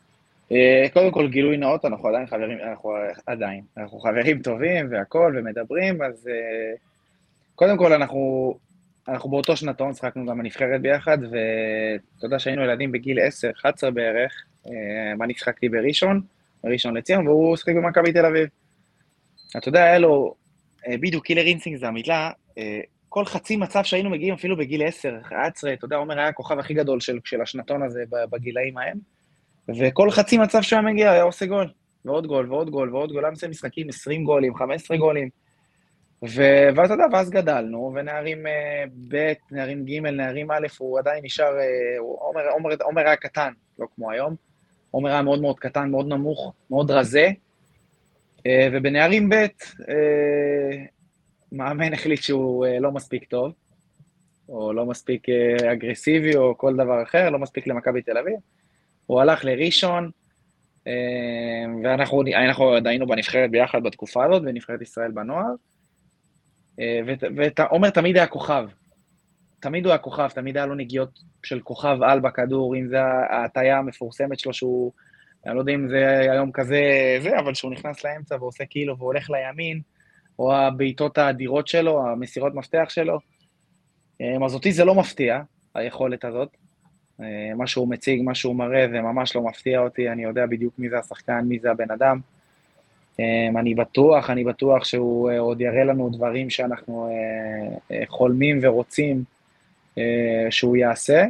קודם כל גילוי נאות, אנחנו עדיין חברים, אנחנו עדיין, אנחנו חברים טובים והכל ומדברים, אז קודם כל אנחנו, אנחנו באותו שנתון, שחקנו גם בנבחרת ביחד, ואתה יודע שהיינו ילדים בגיל עשר אחת עשרה בערך, אני שחקתי בראשון, בראשון לציון, והוא שחק במכבי תל אביב. אתה יודע, היה לו, בדיוק קילר אינסטינקט זה המילה, כל חצי מצב שהיינו מגיעים אפילו בגיל עשר, אחת עשרה, אתה יודע, עומר היה הכוכב הכי גדול של, של השנתון הזה בגילאים ההם, וכל חצי מצב שהוא מגיע היה עושה גול, ועוד גול, ועוד גול, ועוד גול, היה משחקים עשרים גולים, חמישה עשר גולים, ו- ואתה יודע, ואז גדלנו, ונערים ב', נערים ג', נערים א', הוא עדיין נשאר, עומר, עומר, עומר היה קטן, לא כמו היום, עומר היה מאוד מאוד קטן, מאוד נמוך, מאוד רזה, ובנערים ב', מאמן החליט שהוא לא מספיק טוב, או לא מספיק אגרסיבי, או כל דבר אחר, לא מספיק למכבי תל אביב, הוא הלך לראשון, ואנחנו אנחנו היינו בנבחרת ביחד בתקופה הזאת, בנבחרת ישראל בנוער, ועומר תמיד היה כוכב, תמיד הוא היה כוכב, תמיד היה לו נגיעות של כוכב על בכדור, אם זה ההטיה המפורסמת שלו, שהוא, אני לא יודע אם זה היום כזה, זה, אבל שהוא נכנס לאמצע ועושה קילו והולך לימין, או הבעיטות האדירות שלו, המסירות מפתח שלו, אז אותי זה לא מפתיע, היכולת הזאת, מה שהוא מציג, מה שהוא מראה, זה ממש לא מפתיע אותי, אני יודע בדיוק מי זה השחקן, מי זה הבן אדם, אני בטוח, אני בטוח שהוא עוד יראה לנו דברים שאנחנו חולמים ורוצים שהוא יעשה,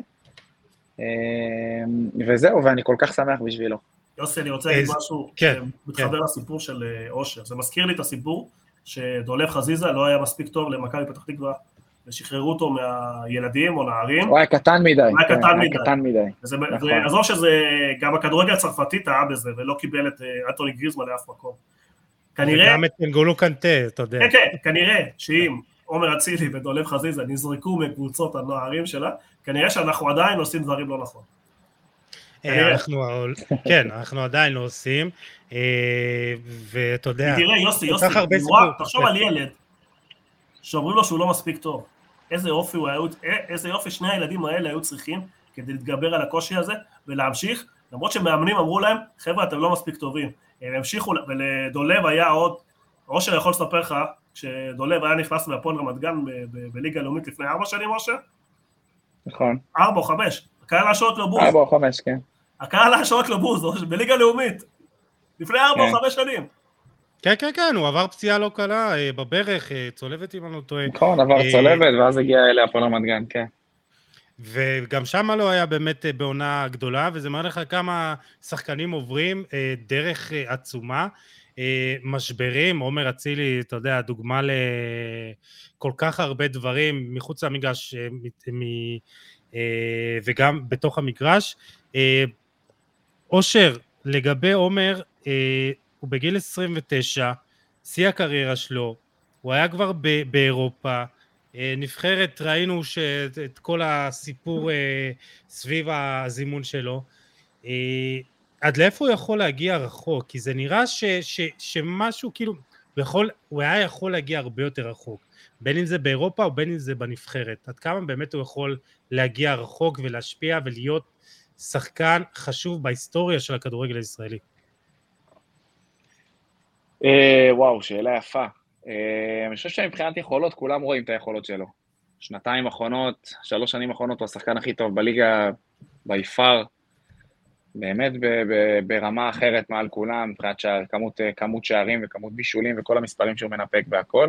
וזהו, ואני כל כך שמח בשבילו. יוסי, אני רוצה להגיד משהו שמתחבר לסיפור של אושר, זה מזכיר לי את הסיפור שדולב חזיזה לא היה מספיק טוב למכבי פתח תקווה, ושחררו אותו מהילדים או נערים. הוא היה קטן מדי. הוא היה קטן מדי. קטן מדי. ועזוב שזה, גם הכדורגל הצרפתי טעה בזה, ולא קיבל את אנטוני גריזמן לאף מקום. כנראה... וגם את נגולו קנטה, אתה יודע. כן, כן, כנראה שאם עומר אצילי ודולב חזיזה נזרקו מקבוצות הנוערים שלה, כנראה שאנחנו עדיין עושים דברים לא נכון. אנחנו, כן, אנחנו עדיין לא עושים, ואתה יודע... תראה, יוסי, יוסי, תחשוב על ילד, שאומרים לו שהוא לא מספיק טוב. איזה יופי הוא היה, איזה יופי שני הילדים האלה היו צריכים כדי להתגבר על הקושי הזה ולהמשיך, למרות שמאמנים אמרו להם, חבר'ה, אתם לא מספיק טובים. הם המשיכו, ולדולב היה עוד, אושר יכול לספר לך, כשדולב היה נכנס מהפועל רמת גן בליגה הלאומית לפני ארבע שנים, אושר? נכון. ארבע או חמש. הקהל השעות לו בוז. ארבע או חמש, כן. הקהל השעות לו בוז, בליגה הלאומית. לפני ארבע או חמש שנים. כן, כן, כן, הוא עבר פציעה לא קלה, בברך, צולבת אם אני לא טועה. נכון, עבר צולבת, ואז הגיע אליה הפועל רמת גן, כן. וגם שם לא היה באמת בעונה גדולה, וזה מראה לך כמה שחקנים עוברים דרך עצומה, משברים, עומר אצילי, אתה יודע, דוגמה לכל כך הרבה דברים מחוץ למגרש וגם בתוך המגרש. אושר, לגבי עומר, הוא בגיל עשרים ותשע, שיא הקריירה שלו, הוא היה כבר באירופה, נבחרת, ראינו את כל הסיפור סביב הזימון שלו, עד לאיפה הוא יכול להגיע רחוק? כי זה נראה ש, ש, שמשהו כאילו, הוא, יכול, הוא היה יכול להגיע הרבה יותר רחוק, בין אם זה באירופה או בין אם זה בנבחרת, עד כמה באמת הוא יכול להגיע רחוק ולהשפיע ולהיות שחקן חשוב בהיסטוריה של הכדורגל הישראלי? וואו, שאלה יפה. אני חושב שמבחינת יכולות, כולם רואים את היכולות שלו. שנתיים אחרונות, שלוש שנים אחרונות, הוא השחקן הכי טוב בליגה, ביפר, באמת ברמה אחרת מעל כולם, מבחינת כמות, כמות שערים וכמות בישולים וכל המספרים שהוא מנפק בהכל.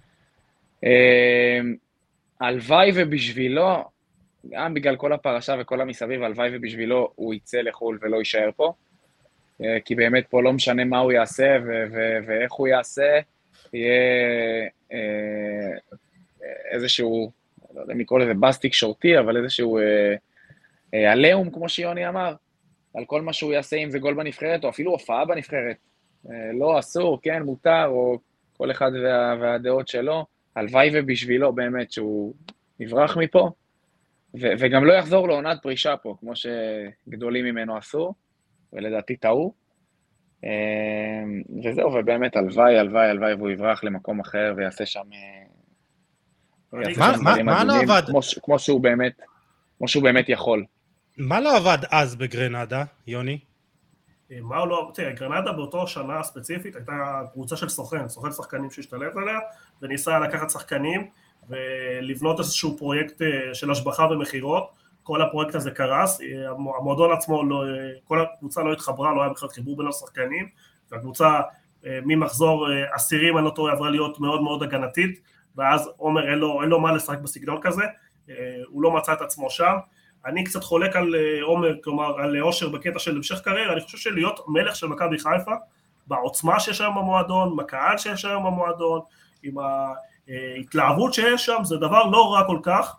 הלוואי ובשבילו, גם בגלל כל הפרשה וכל המסביב, הלוואי ובשבילו הוא יצא לחול ולא יישאר פה, כי באמת פה לא משנה מה הוא יעשה ו- ו- ואיך הוא יעשה, יהיה אה, איזשהו, לא יודע אם לקרוא לזה בסטיק שורטי, אבל איזשהו אה, אה, עליהום, כמו שיוני אמר, על כל מה שהוא יעשה, אם זה גול בנבחרת, או אפילו הופעה בנבחרת, אה, לא אסור, כן, מותר, או כל אחד וה, והדעות שלו, הלוואי ובשבילו באמת שהוא יברח מפה, ו- וגם לא יחזור לעונת פרישה פה, כמו שגדולים ממנו אסור, ולדעתי טעו, וזהו, ובאמת הלוואי, הלוואי, הלוואי, והוא יברח למקום אחר ויעשה שם... מה לא עבד? כמו שהוא באמת, כמו שהוא באמת יכול. מה לא עבד אז בגרנדה, יוני? מה לא, תראה, גרנדה באותו שנה ספציפית הייתה קבוצה של סוכן, סוכן שחקנים שהשתלט עליה, וניסה לקחת שחקנים, ולבנות איזשהו פרויקט של השבחה ומחירות. כל הפרויקט הזה קרס, המועדון עצמו, לא, כל הקבוצה לא התחברה, לא היה בכלל חיבור בין השחקנים, והקבוצה ממחזור עשירים, אני לא טועה, עברה להיות מאוד מאוד הגנתית, ואז עומר אין לו, אין לו מה לשחק בסגנון כזה, הוא לא מצא את עצמו שם. אני קצת חולק על עומר, כלומר על אושר בקטע של המשך קריירה, אני חושב שלהיות מלך של מכבי חיפה, בעוצמה שיש היום במועדון, עם הקהל שיש היום במועדון, עם ההתלהבות שיש שם, זה דבר לא רע כל כך.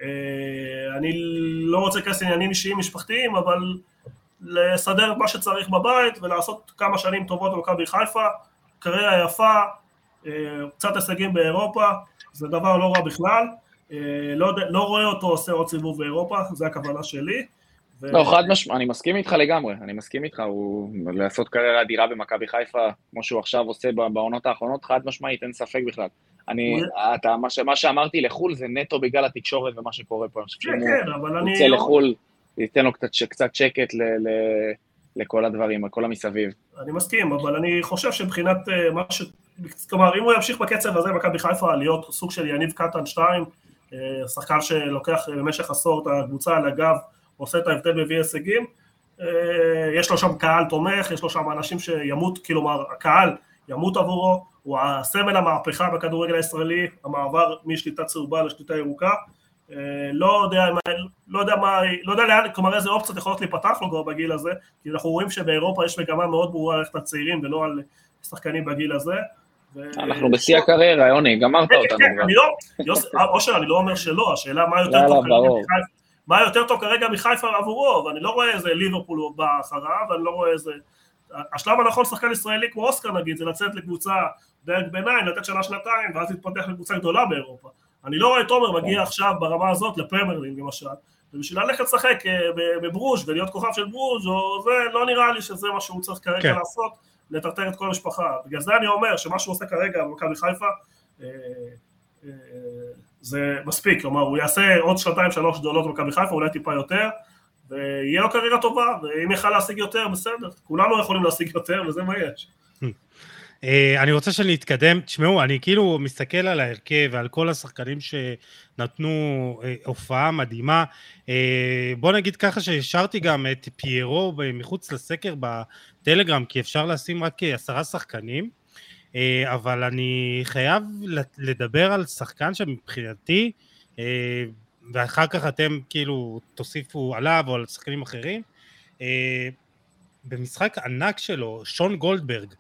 אני לא רוצה להיכנס לעניינים אישיים משפחתיים, אבל לסדר את מה שצריך בבית ולעשות כמה שנים טובות במכבי חיפה, קריירה יפה, קצת הישגים באירופה, זה דבר לא רע בכלל. לא, לא רואה אותו עושה עוד סיבוב באירופה, זה הכוונה שלי. ו... לא, חד משמעית, אני מסכים איתך לגמרי, אני מסכים איתך, הוא לעשות קריירה אדירה במכבי חיפה, כמו שהוא עכשיו עושה בעונות האחרונות, חד משמעית, אין ספק בכלל. אני, אתה, מה, ש, מה שאמרתי לחול זה נטו בגלל התקשורת ומה שקורה פה. כן, כן, אבל אני... יוצא לחול, ייתן לו קצת, קצת שקט ל, ל, לכל הדברים, לכל המסביב. אני מסכים, אבל אני חושב שבחינת מה ש... כלומר, אם הוא ימשיך בקצב הזה, מכבי חיפה, להיות סוג של יניב קטן שתיים, שחקן שלוקח במשך עשור את הקבוצה על הגב, עושה את ההבדל מביא הישגים, יש לו שם קהל תומך, יש לו שם אנשים שימות, כלומר, הקהל ימות עבורו, הוא הסמל המהפכה בכדורגל הישראלי, המעבר משליטה צהובה לשליטה ירוקה, לא יודע, לא יודע מה, לא יודע לאן, כלומר איזה אופציות יכולות להיפתח לו כבר בגיל הזה, כי אנחנו רואים שבאירופה יש מגמה מאוד ברורה ללכת לצעירים ולא על שחקנים בגיל הזה. אנחנו בשיא הקריירה, יוני, גמרת אותנו. אני לא, אושר, אני לא אומר שלא, השאלה מה יותר טוב כרגע מחיפה, מה יותר טוב כרגע מחיפה עבורו, ואני לא רואה איזה ליברפול באחריו, ואני לא רואה איזה, השלב הנכון שחקן ישראלי כמו אוסקר נגיד, זה לצאת לקבוצה דרג ביניים, לתת שנה שנתיים, ואז להתפתח לקבוצה גדולה באירופה. אני לא רואה את עומר מגיע עכשיו ברמה הזאת לפרמייר ליג למשל, ובשביל ללכת לשחק בברוז' ולהיות כוכב של ברוז' או זה, לא נראה לי שזה מה שהוא צריך כרגע לעשות, לטרטר את כל המשפחה. בגלל זה אני אומר שמה שהוא עושה כרגע במכבי חיפה, זה מספיק, כלומר הוא יעשה עוד שנתיים שלוש גדולות במכבי חיפה, אולי טיפה יותר, ויהיה לו קריירה טובה, ואם יכל להשיג יותר, בסדר, כולנו יכולים להשיג יותר, וזה מה יש. אני רוצה שנתקדם, תשמעו, אני כאילו מסתכל על ההרכב ועל כל השחקנים שנתנו הופעה מדהימה, בוא נגיד ככה שהשארתי גם את פיירו מחוץ לסקר בטלגרם, כי אפשר לשים רק עשרה שחקנים, אבל אני חייב לדבר על שחקן שמבחינתי, ואחר כך אתם כאילו תוסיפו עליו או על שחקנים אחרים, במשחק ענק שלו, שון גולדברג,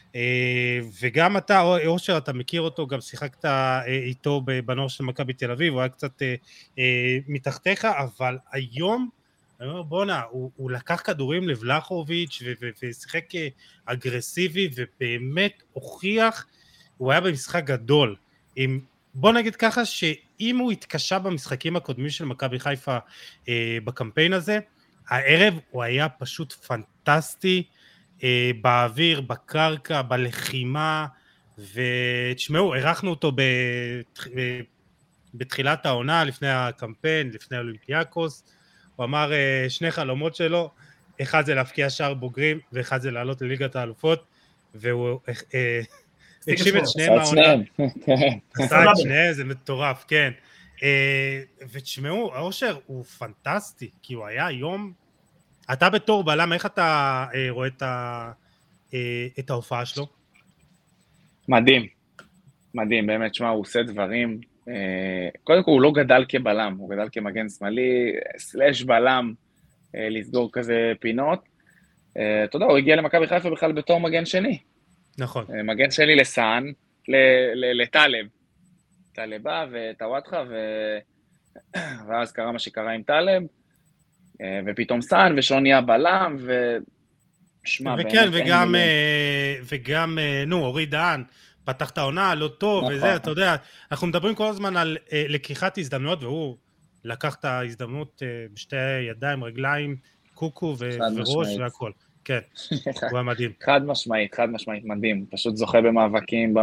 וגם אתה, אושר, אתה מכיר אותו, גם שיחקת איתו בנוער של מכבי תל אביב, הוא היה קצת מתחתיך, אבל היום, אני אומר, בונה, הוא, הוא לקח כדורים לבלחוביץ' ושיחק אגרסיבי, ובאמת הוכיח, הוא היה במשחק גדול. עם, בוא נגיד ככה, שאם הוא התקשה במשחקים הקודמים של מכבי חיפה אה, בקמפיין הזה, הערב הוא היה פשוט פנטסטי, אה, באוויר, בקרקע, בלחימה, ותשמעו, ערכנו אותו בתח... בתחילת העונה, לפני הקמפיין, לפני אולימפיאקוס, הוא אמר שני חלומות שלו, אחד זה להפקיע שער בוגרים, ואחד זה לעלות לליגת האלופות, והוא הקשיב את שניהם העונה. עשה את שניהם, זה מטורף, כן. ותשמעו, האושר הוא פנטסטי, כי הוא היה היום, אתה בתור בלם, איך אתה רואה את ההופעה שלו? מדהים, מדהים, באמת, שמה, הוא עושה דברים, קודם כל הוא לא גדל כבלם, הוא גדל כמגן שמאלי, סלש בלם, לסגור כזה פינות. אתה יודע, הוא הגיע למכבי חיפה בכלל בתור מגן שני. נכון. מגן שני לסן, לטלב. טלב בא וטוואטחה, ואז קרה מה שקרה עם טלב, ופתאום סן, ושון נהיה בלם, ושמע, וכן, וגם, וגם, נו, אורי דהן, פתח את העונה, לא טוב, וזה, אתה יודע, אנחנו מדברים כל הזמן על לקיחת הזדמנויות, והוא לקח את ההזדמנות בשתי ידיים, רגליים, קוקו וראש והכל. כן, הוא היה מדהים. חד משמעית, חד משמעית, מדהים. פשוט זוכה במאבקים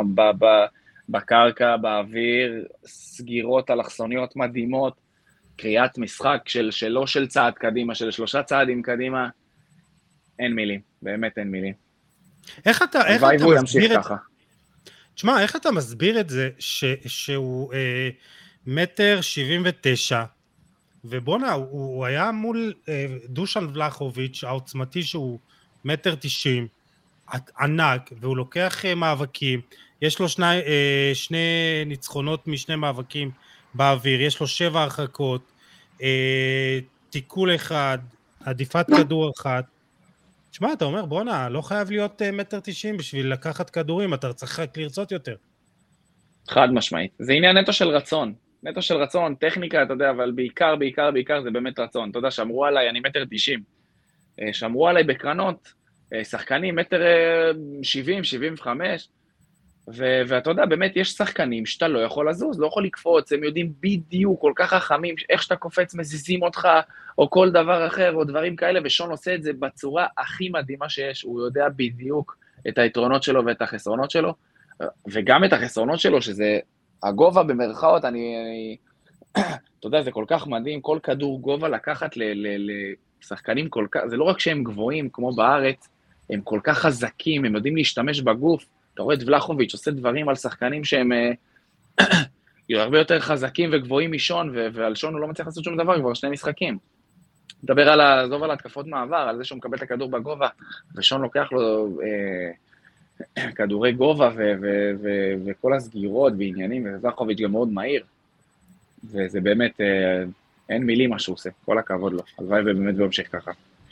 בקרקע, באוויר, סגירות אלכסוניות מדהימות, קריאת משחק שלא של צעד קדימה, של שלושה צעדים קדימה, אין מילים, באמת אין מילים. איך אתה מסביר את... תשמע, איך אתה מסביר את זה ש, שהוא אה, מטר שבעים ותשע, ובונה, הוא, הוא היה מול אה, דושן ולחוביץ' העוצמתי שהוא מטר תשעים, ענק, והוא לוקח אה, מאבקים, יש לו שני, אה, שני ניצחונות משני מאבקים באוויר, יש לו שבע הרחקות, אה, תיקול אחד, עדיפת כדור אחת. תשמע, אתה אומר, בונה, לא חייב להיות אה, מטר תשעים בשביל לקחת כדורים, אתה צריך רק לרצות יותר. חד משמעית. זה עניין נטו של רצון. נטו של רצון, טכניקה, אתה יודע, אבל בעיקר, בעיקר, בעיקר זה באמת רצון. אתה יודע, שאמרו עליי, אני מטר תשעים. שאמרו עליי בקרנות, שחקנים מטר שבעים, שבעים וחמש, ו- ואתה יודע, באמת יש שחקנים שאתה לא יכול לזוז, לא יכול לקפוץ, הם יודעים בדיוק, כל כך חכמים, איך שאתה קופץ מזיזים אותך, או כל דבר אחר, או דברים כאלה, ושון עושה את זה בצורה הכי מדהימה שיש, הוא יודע בדיוק את היתרונות שלו ואת החסרונות שלו, וגם את החסרונות שלו, שזה הגובה במרכאות, אני, אני אתה יודע, זה כל כך מדהים, כל כדור גובה לקחת לשחקנים כל כך, זה לא רק שהם גבוהים כמו בארץ, הם כל כך חזקים, הם יודעים להשתמש בגוף, אתה רואה את ולחוביץ' עושה דברים על שחקנים שהם הרבה יותר חזקים וגבוהים משון, ועל שון הוא לא מצליח לעשות שום דבר, כבר שני משחקים. מדבר על העזוב על התקפות מעבר, על זה שהוא מקבל את הכדור בגובה, ושון לוקח לו אה, כדורי גובה ו- ו- ו- וכל הסגירות ועניינים, ולחוביץ' גם מאוד מהיר. וזה באמת, אה, אין מילים מה שהוא עושה, כל הכבוד לו, הלוואי ובאמת בהמשך ככה.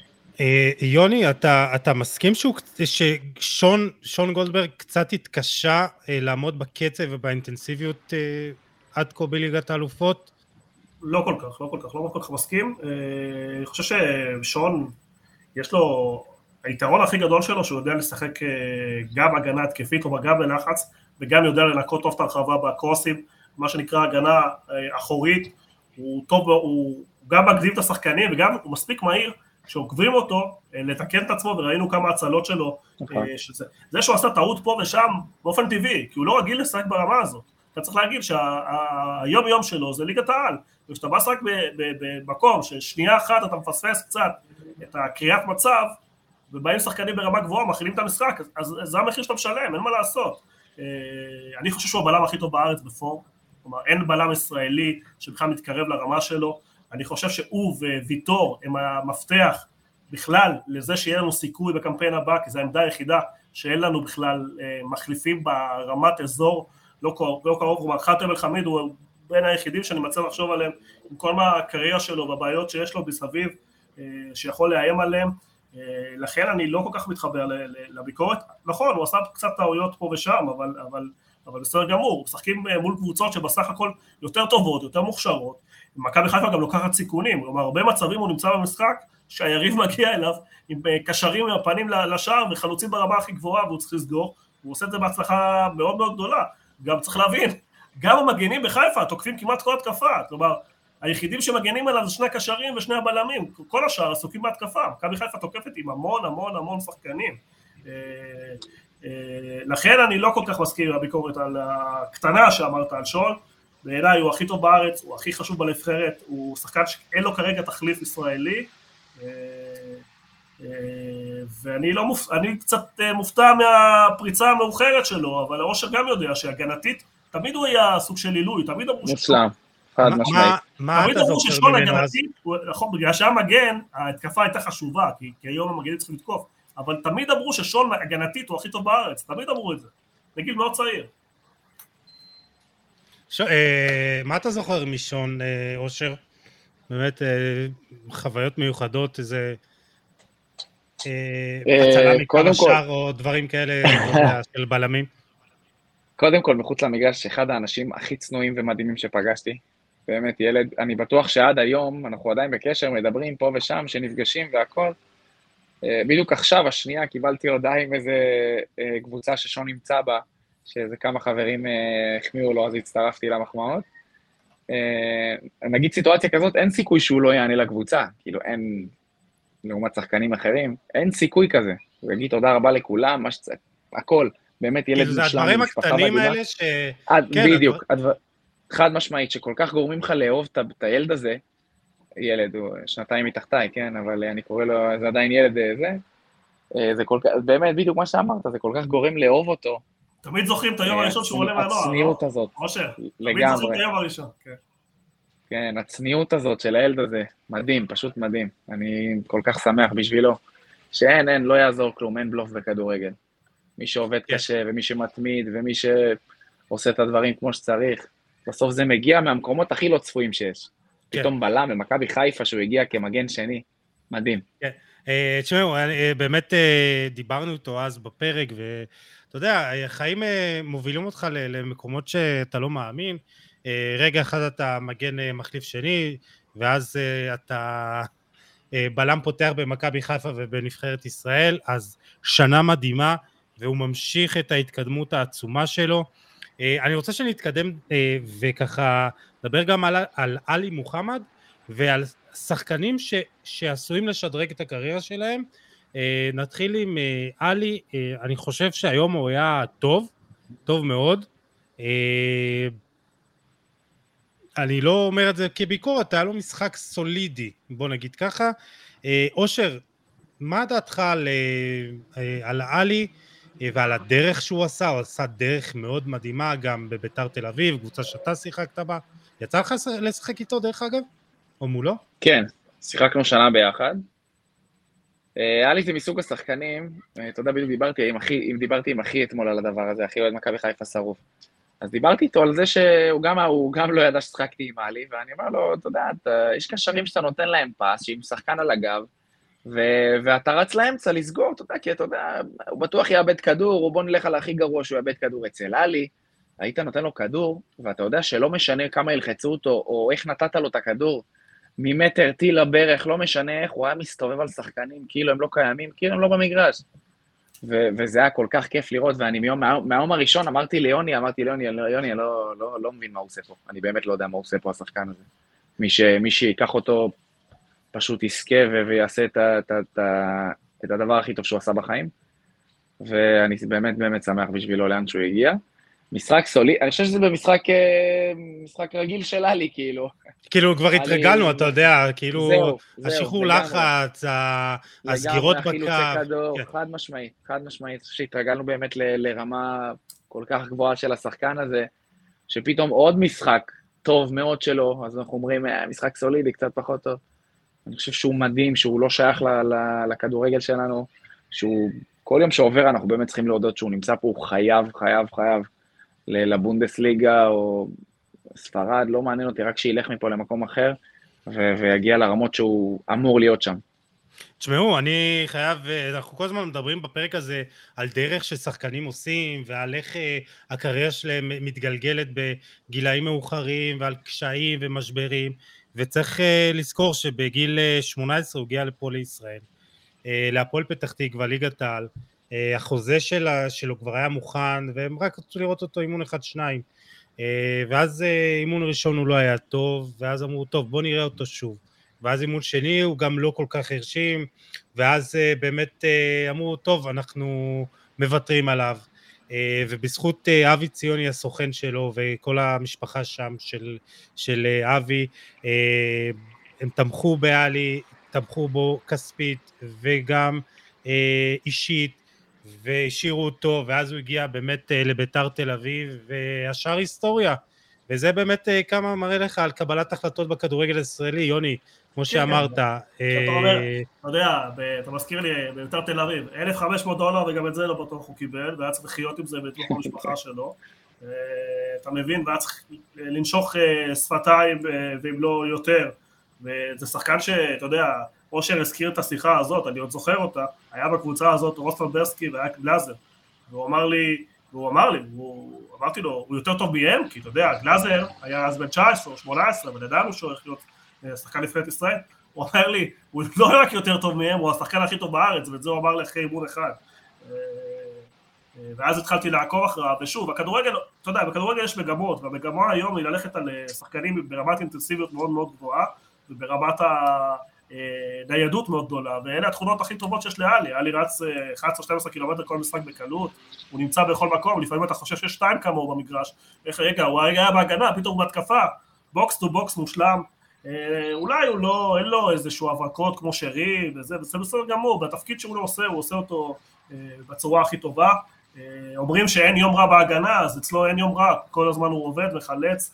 יוני, אתה, אתה מסכים שהוא, ששון שון גולדברג קצת התקשה לעמוד בקצב ובאינטנסיביות עד כה בליגת האלופות? לא כל כך, לא כל כך, לא כל כך מסכים. אני חושב ששון, יש לו, היתרון הכי גדול שלו, שהוא יודע לשחק גם הגנה התקפית, כלומר גם בלחץ, וגם יודע לנקות טוב את הרחבה בקרוסים, מה שנקרא הגנה אחורית, הוא טוב, הוא גם מגדיל את השחקנים, וגם הוא מספיק מהיר, שעוקבים אותו, לתקן את עצמו, וראינו כמה הצלות שלו, שזה, זה שהוא עשה טעות פה ושם, באופן טבעי, כי הוא לא רגיל לשחק ברמה הזאת. אתה צריך להגיד שהיום יום שלו זה ליגת העל, וכשאתה בא לשחק במקום, ששנייה אחת אתה מפספס קצת את הקריאת מצב, ובאים שחקנים ברמה גבוהה, מכילים את המשחק, אז זה המחיר שאתה משלם, אין מה לעשות. אני חושב שהוא הבלם הכי טוב בארץ בפורם, כלומר, אין בלם ישראלי שבכלל מתקרב לרמה שלו, אני חושב שהוא וויטור הם המפתח בכלל לזה שיהיה לנו סיכוי בקמפיין הבא, כי זו העמדה היחידה שאין לנו בכלל מחליפים ברמת אזור, לא קרוב, לא קרוב, כלומר, חתם אל חמיד הוא בין היחידים שאני מצא לחשוב עליהם, עם כל מה הקריירה שלו והבעיות שיש לו בסביב, שיכול לאיים עליהם, לכן אני לא כל כך מתחבר לביקורת, נכון, הוא עשה קצת טעויות פה ושם, אבל, אבל, אבל בסדר גמור, משחקים מול קבוצות שבסך הכל יותר טובות, יותר מוכשרות, מכבי חיפה גם לוקחת סיכונים, כלומר, הרבה מצבים הוא נמצא במשחק, שהיריב מגיע אליו, עם קשרים עם הפנים לשער, וחלוצים ברמה הכי גבוהה, והוא צריך לסגור, הוא עושה את זה בהצלחה מאוד מאוד גדולה, גם צריך להבין, גם המגנים בחיפה, תוקפים כמעט כל התקפה, כלומר, היחידים שמגנים עליו זה שני הקשרים ושני הבלמים, כל השאר עסוקים בהתקפה, מכבי חיפה תוקפת עם המון המון המון שחקנים, לכן אני לא כל כך מסכים בביקורת על הקטנה שאמרת על שון, בעיניי הוא הכי טוב בארץ, הוא הכי חשוב בנבחרת, הוא שחקן שאין לו כרגע תחליף ישראלי, ואני לא מופ... אני קצת מופתע מהפריצה המאוחרת שלו, אבל אושר גם יודע שהגנתית, תמיד הוא היה סוג של עילוי, תמיד אמרו מושלם, חד משמעית. תמיד אמרו ששון הגנתית, בגלל שהמגן, ההתקפה הייתה חשובה, כי היום המגנים צריכים לתקוף, אבל תמיד אמרו ששון הגנתית הוא הכי טוב בארץ, תמיד אמרו את זה, בגיל מאוד צעיר. ש... מה אתה זוכר משון, אושר? באמת חוויות מיוחדות, איזה הצלה מכמה שער או דברים כאלה של בלמים? קודם כל, מחוץ למגרש, אחד האנשים הכי צנועים ומדהימים שפגשתי, באמת ילד, אני בטוח שעד היום, אנחנו עדיין בקשר, מדברים פה ושם, שנפגשים והכל, בדיוק עכשיו, השנייה, קיבלתי הודעה עם איזה קבוצה ששון נמצא בה, שזה כמה חברים החמיאו לו, אז הצטרפתי למחמאות. נגיד סיטואציה כזאת, אין סיכוי שהוא לא יענה לקבוצה, כאילו אין, לעומת שחקנים אחרים, אין סיכוי כזה. הוא יגיד תודה רבה לכולם, מה שצריך, הכל, באמת ילד מושלם. זה הדברים הקטנים האלה ש... בדיוק, חד משמעית, שכל כך גורמים לך לאהוב את הילד הזה, ילד, הוא שנתיים מתחתיי, כן, אבל אני קורא לו, זה עדיין ילד זה, זה כל כך, באמת בדיוק מה שאמרת, זה כל כך גורם לאהוב אותו, תמיד זוכרים את היום הראשון שהוא עולה מהנוער. הצניעות הזאת, לגמרי. תמיד זוכרים את היום הראשון, כן. כן, הצניעות הזאת של הילד הזה, מדהים, פשוט מדהים. אני כל כך שמח בשבילו, שאין, אין, לא יעזור כלום, אין בלוף בכדורגל. מי שעובד קשה, ומי שמתמיד, ומי שעושה את הדברים כמו שצריך, בסוף זה מגיע מהמקומות הכי לא צפויים שיש. פתאום בלם במכבי חיפה שהוא הגיע כמגן שני, מדהים. כן, תשמעו, באמת דיברנו איתו אז בפרק, ואתה יודע, החיים מובילים אותך למקומות שאתה לא מאמין, רגע אחד אתה מגן מחליף שני, ואז אתה בלם פותח במכבי חיפה ובנבחרת ישראל, אז שנה מדהימה, והוא ממשיך את ההתקדמות העצומה שלו. אני רוצה שנתקדם וככה נדבר גם על, על עלי מוחמד, ועל שחקנים ש, שעשויים לשדרג את הקריירה שלהם. נתחיל עם עלי, אני חושב שהיום הוא היה טוב, טוב מאוד. אני לא אומר את זה כביקורת, היה לו משחק סולידי, בוא נגיד ככה. אושר, מה דעתך על, על עלי ועל הדרך שהוא עשה? הוא עשה דרך מאוד מדהימה גם בביתר תל אביב, קבוצה שאתה שיחקת בה. יצא לך לשחק איתו דרך אגב? או מולו? כן, שיחקנו שנה ביחד. עלי זה מסוג השחקנים, אתה יודע, בדיוק דיברתי עם אחי, אם דיברתי עם אחי אתמול על הדבר הזה, אחי אוהד מכבי חיפה שרוף. אז דיברתי איתו על זה שהוא גם, הוא גם לא ידע ששחקתי עם עלי, ואני אומר לו, אתה יודע, יש קשרים שאתה נותן להם פס, שעם שחקן על הגב, ו- ואתה רץ לאמצע לסגור, אתה יודע, כי אתה יודע, הוא בטוח יאבד כדור, או בוא נלך על הכי גרוע שהוא יאבד כדור אצל עלי, היית נותן לו כדור, ואתה יודע שלא משנה כמה ילחצו אותו, או איך נתת לו את הכדור, ממטר טיל לברך, לא משנה איך, הוא היה מסתובב על שחקנים, כאילו הם לא קיימים, כאילו הם לא במגרש. ו- וזה היה כל כך כיף לראות, ואני מיום, מה- מהיום הראשון אמרתי ליוני, אמרתי ליוני, יוני, אני לא, לא, לא מבין מה הוא עושה פה, אני באמת לא יודע מה הוא עושה פה השחקן הזה. מי, ש- מי שיקח אותו פשוט יזכה ו- ויעשה את, ה- את, ה- את, ה- את הדבר הכי טוב שהוא עשה בחיים, ואני באמת באמת שמח בשבילו לאן שהוא הגיע. משחק סולי, אני חושב שזה במשחק משחק רגיל של עלי, כאילו. כאילו כבר התרגלנו, אתה יודע, כאילו, זהו, זהו, השחרור לחץ, הסגירות בקו. חילוצי כדור, חד משמעית, חד משמעית, שהתרגלנו באמת ל- לרמה כל כך גבוהה של השחקן הזה, שפתאום עוד משחק טוב מאוד שלו, אז אנחנו אומרים, משחק סולידי, קצת פחות טוב. אני חושב שהוא מדהים, שהוא לא שייך ל- ל- לכדורגל שלנו, שהוא, כל יום שעובר אנחנו באמת צריכים להודות שהוא נמצא פה, הוא חייב, חייב, חייב. לבונדסליגה או ספרד, לא מעניין אותי, רק שילך מפה למקום אחר, ו- ויגיע לרמות שהוא אמור להיות שם. תשמעו, אני חייב, אנחנו כל הזמן מדברים בפרק הזה על דרך ששחקנים עושים, ועל איך הקריירה שלהם מתגלגלת בגילאים מאוחרים, ועל קשיים ומשברים, וצריך לזכור שבגיל שמונה עשרה הוא הגיע לפה לישראל, להפועל פתח תקווה, ליגת העל, החוזה שלה, שלו כבר היה מוכן, והם רק רצו לראות אותו אימון אחד שניים, ואז אימון ראשון הוא לא היה טוב, ואז אמרו, טוב, בוא נראה אותו שוב, ואז אימון שני הוא גם לא כל כך הרשים, ואז באמת אמרו, טוב, אנחנו מוותרים עליו, ובזכות אבי ציוני, הסוכן שלו, וכל המשפחה שם של, של אבי, הם תמכו בעלי, תמכו בו כספית, וגם אישית, והשאירו אותו, ואז הוא הגיע באמת לביתר תל אביב, והשאר היסטוריה, וזה באמת כמה מראה לך על קבלת החלטות בכדורגל הישראלי, יוני, כמו שאמרת. אתה אומר, אתה יודע, אתה מזכיר לי, בביתר תל אביב, אלף וחמש מאות דולר, וגם את זה לא בטוח הוא קיבל, והיה צריך לחיות עם זה בתוך המשפחה שלו, אתה מבין, והיה צריך לנשוך שפתיים, ואם לא יותר, וזה שחקן שאתה יודע, אושר הזכיר את השיחה הזאת, אני עוד זוכר אותה, היה בקבוצה הזאת רוסטון ברסקי והיה גלאזר, והוא אמר לי, והוא אמר לי, הוא, אמרתי לו, הוא יותר טוב מהם, כי אתה יודע, גלאזר היה אז בן תשע עשרה או שמונה עשרה, ולדענו שהוא הולך להיות שחקן נבחרת ישראל, הוא אומר לי, הוא לא רק יותר טוב מהם, הוא השחקן הכי טוב בארץ, ואת זה הוא אמר לי אחרי אימון אחד. ואז התחלתי לעקוב אחריו, ושוב, בכדורגל, אתה יודע, בכדורגל יש מגמות, והמגמה היום היא ללכת על שחקנים ברמת אינטנסיביות מאוד מאוד גבוהה, וברמת הניידות מאוד גדולה, ואלה התכונות הכי טובות שיש לאלי. אלי רץ אחת עשרה שתים עשרה קילומטר כל משחק בקלות, הוא נמצא בכל מקום, לפעמים אתה חושב שיש שתיים כמוהו במגרש, איך רגע, הוא היה בהגנה, פתאום בהתקפה, בוקס טו בוקס מושלם, אולי הוא לא, אין לו איזשהו הברקות כמו שרי, וזה, וזה בסדר גמור, בתפקיד שהוא לא עושה, הוא עושה אותו בצורה הכי טובה, אומרים שאין יום רע בהגנה, אז אצלו אין יום רע, כל הזמן הוא עובד וחלץ,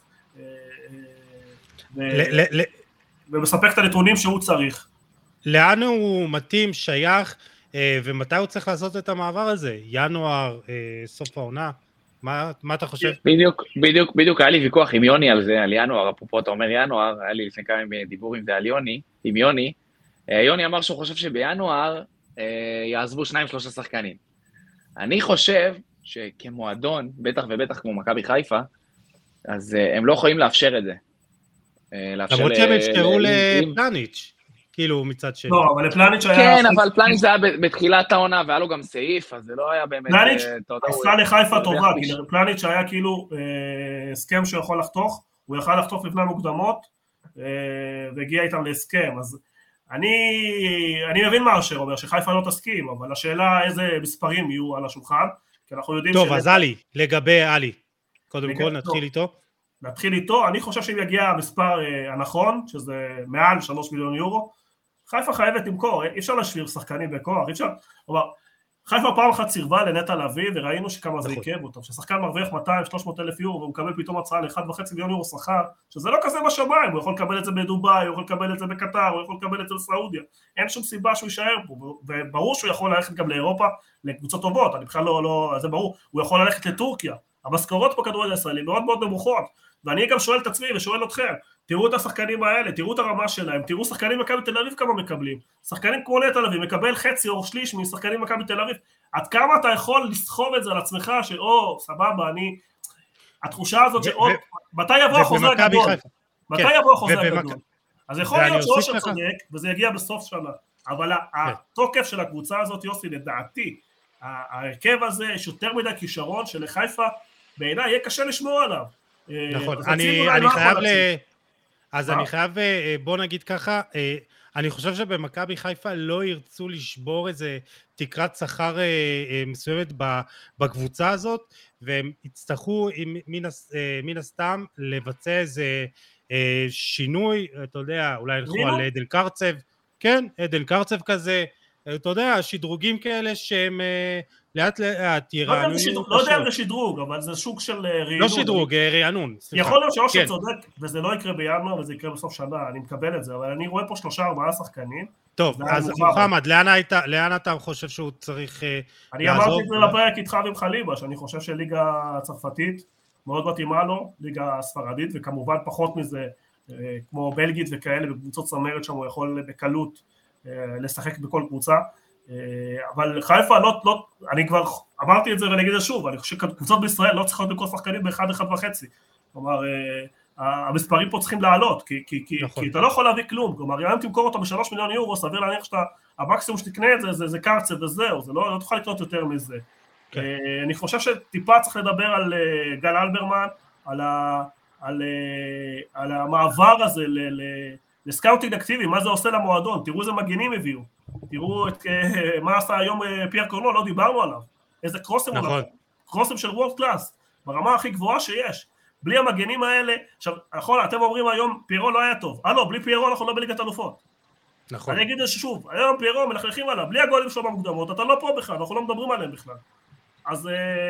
ומספק את הנתונים שהוא צריך. לאן הוא מתאים, שייך, ומתי הוא צריך לעשות את המעבר הזה? ינואר, סוף העונה? מה, מה אתה חושב? בדיוק, בדיוק, בדיוק, היה לי ויכוח עם יוני על זה, על ינואר, אפרופו אתה אומר ינואר, היה לי לפני כמה דיבור עם זה על יוני, עם יוני, יוני אמר שהוא חושב שבינואר יעזבו שניים שלושה שחקנים. אני חושב שכמועדון, בטח ובטח כמו מכבי חיפה, אז הם לא יכולים לאפשר את זה. למרות שהם אפשרו לפלניץ', כאילו מצד שני. לא, אבל לפלניץ' היה... כן, אבל פלניץ' זה היה בתחילת העונה, והיה לו גם סעיף, אז זה לא היה באמת... פלניץ' עשה לחיפה טובה, כי פלניץ' היה כאילו הסכם שהוא יכול לחתוך, הוא יכל לחתוך לפני מוקדמות, והגיע איתם להסכם, אז אני, אני מבין מה אשר אומר, שחיפה לא תסכים, אבל השאלה איזה מספרים יהיו על השולחן, כי אנחנו יודעים... טוב, אז אלי, לגבי אלי, קודם כל נתחיל איתו. נתחיל איתו, אני חושב שאם יגיע המספר הנכון, שזה מעל שלוש מיליון יורו, חיפה חייבת למכור, אי אפשר להשאיר שחקנים בכוח, אי אפשר, כלומר, חיפה פעם אחת סירבה לנטע לביא, וראינו שכמה זה עיכב אותו, ששחקן מרוויח מאתיים שלוש מאות אלף יורו, והוא מקבל פתאום הצעה ל-אחד וחצי מיליון יורו שכר, שזה לא כזה בשמיים, הוא יכול לקבל את זה בדובאי, הוא יכול לקבל את זה בקטר, הוא יכול לקבל את זה בסעודיה, אין שום סיבה שהוא יישאר פה, וברור שהוא יכול ללכת גם לאירופה, לקבוצות טובות, אני בכלל לא, לא, זה ברור, הוא יכול ללכת לטורקיה, המשכורות בכדורגל הישראלי מאוד מאוד נמוכות, ואני גם שואל את עצמי ושואל אתכם, תראו את השחקנים האלה, תראו את הרמה שלהם, תראו שחקנים מכבי תל אביב כמה מקבלים, שחקנים כמו נטע לביא מקבל חצי או שליש משחקנים מכבי תל אביב, עד כמה אתה יכול לסחוב את זה על עצמך, שאו, סבבה, אני, התחושה הזאת שעוד, מתי יבוא החוזה הגדול? מתי יבוא החוזה הגדול? אז יכול להיות שאושר צודק, וזה יגיע בסוף שנה, אבל התוקף של הקבוצה הזאת, יוסי, לדעתי, ההרכב הזה יש יותר מדי כישרון שלחיפה, בעיניי יהיה קשה לשמור עליו. נכון, אני, אני חייב ל... אז אני חייב, בוא נגיד ככה, אני חושב שבמכבי חיפה לא ירצו לשבור איזה תקרת שכר מסוימת בקבוצה הזאת, והם יצטרכו מן הסתם לבצע איזה שינוי, אתה יודע, אולי ילכו על עדן קרצב, כן, עדן קרצב כזה, אתה יודע, שדרוגים כאלה שהם לאט לאט ירעננו. לא יודע אם זה שדרוג, אבל זה שוק של רענון. לא שדרוג, רענון. יכול להיות שאושר צודק, וזה לא יקרה בינואר, וזה יקרה בסוף שנה, אני מקבל את זה, אבל אני רואה פה שלושה ארבעה שחקנים. טוב, אז מוחמד, לאן אתה חושב שהוא צריך לעזוב? אני אמרתי את זה לפרק איתך ועם חליבה, שאני חושב שליגה הצרפתית מאוד מתאימה לו, ליגה ספרדית, וכמובן פחות מזה, כמו בלגית וכאלה, בקבוצות צמרת שם הוא יכול בקלות לשחק בכל קבוצה, אבל חיפה לא, לא, אני כבר אמרתי את זה ואני אגיד את זה שוב, אני חושב שקבוצות בישראל לא צריכות לקרוא שחקנים באחד, אחד וחצי, כלומר, המספרים פה צריכים לעלות, כי, כי, כי, כי אתה לא יכול להביא כלום, כלומר, אם תמכור אותו בשלוש מיליון יורו, סביר להניח שאתה, המקסימום שתקנה את זה, זה, זה קרצב וזהו, זה לא, לא תוכל לקנות יותר מזה. Okay. אני חושב שטיפה צריך לדבר על גל אלברמן, על, ה, על, על המעבר הזה ל, ל, לסקאוטינג אקטיבי, מה זה עושה למועדון, תראו איזה מגינים הביאו, תראו את, מה עשה היום פייר קורנו, לא דיברנו עליו, איזה קרוסים הוא נכון, קרוסים של וורד קלאס, ברמה הכי גבוהה שיש, בלי המגנים האלה, עכשיו, נכון, אתם אומרים היום, פיירו לא היה טוב, אה לא, בלי פיירו אנחנו לא בליגת אלופות, נכון. אני אגיד את זה שוב, היום פיירו מלכלכים עליו, בלי הגולים שלו במוקדמות, אתה לא פה בכלל, אנחנו לא מדברים עליהם בכלל, אז,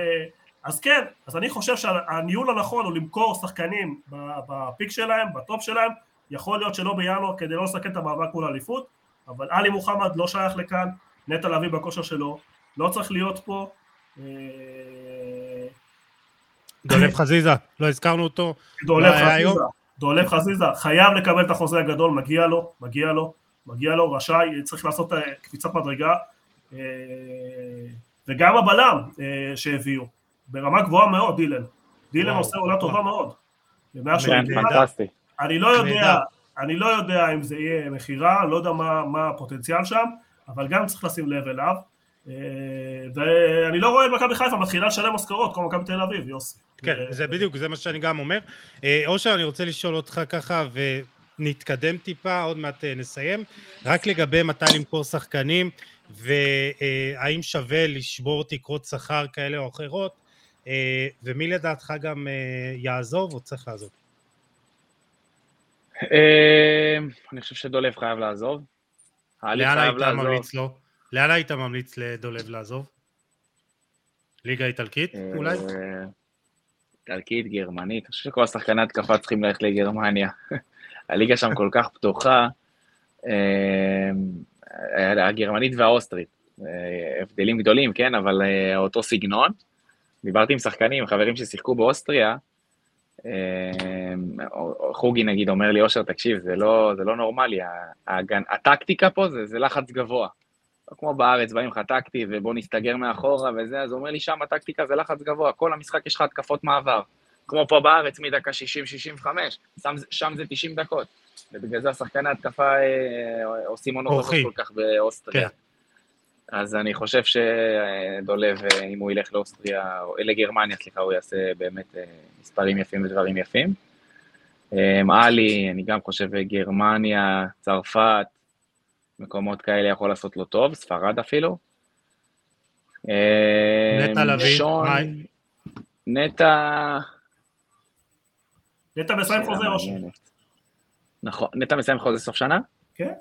אז כן, אז אני חושב שהניהול הנכון הוא למכור שחקנים בפיק שלהם, בטופ שלהם, יכול להיות שלא בינואר כדי לא לסכן את המאבק מול האליפות, אבל עלי מוחמד לא שייך לכאן, נטע לביא בכושר שלו, לא צריך להיות פה. דולב חזיזה, לא הזכרנו אותו. דולב חזיזה, דולב חזיזה, חייב לקבל את החוזה הגדול, מגיע לו, מגיע לו, מגיע לו, רשאי, צריך לעשות קפיצת מדרגה, וגם הבלם שהביאו, ברמה גבוהה מאוד, דילן. דילן עושה עולה טובה מאוד. פנטסטי. אני לא יודע, אני לא יודע אם זה יהיה מחירה, לא יודע מה, מה הפוטנציאל שם, אבל גם צריך לשים לב אליו, ואני לא רואה את מכבי חיפה מתחילה לשלם משכורות, כמו מכבי תל אביב, יוסי. כן, זה בדיוק, זה מה שאני גם אומר. אושר, אני רוצה לשאול אותך ככה, ונתקדם טיפה, עוד מעט נסיים, רק לגבי מתי למכור שחקנים, והאם שווה לשבור תקרות שכר כאלה או אחרות, ומי לדעתך גם יעזוב או צריך לעזוב? אני חושב שדולב חייב לעזוב. לאן היית ממליץ לו? לאן היית ממליץ לדולב לעזוב? ליגה איטלקית אולי? איטלקית, גרמנית, אני חושב שכל השחקני התקפה צריכים ללכת לגרמניה. הליגה שם כל כך פתוחה, הגרמנית והאוסטרית, הבדלים גדולים, כן, אבל אותו סגנון. דיברתי עם שחקנים, חברים ששיחקו באוסטריה, חוגי נגיד אומר לי, אושר, תקשיב, זה לא, זה לא נורמלי, הטקטיקה פה זה, זה לחץ גבוה. כמו בארץ, באים לך טקטי ובוא נסתגר מאחורה וזה, אז הוא אומר לי שם הטקטיקה זה לחץ גבוה, כל המשחק יש לך התקפות מעבר. כמו פה בארץ מדקה שישים שישים וחמש, שם, שם זה תשעים דקות. ובגלל זה השחקני ההתקפה עושים מונופול כל כך באוסטריה. כן. אז אני חושב שדולב, אם הוא ילך לאוסטריה, או לגרמניה, סליחה, הוא יעשה באמת מספרים יפים ודברים יפים. אלי, אני גם חושב גרמניה, צרפת, מקומות כאלה יכול לעשות לו טוב, ספרד אפילו. נטע לוי, נטע... נטע מסיים חוזה או שנה? נכון, נטע מסיים חוזה סוף שנה? כן.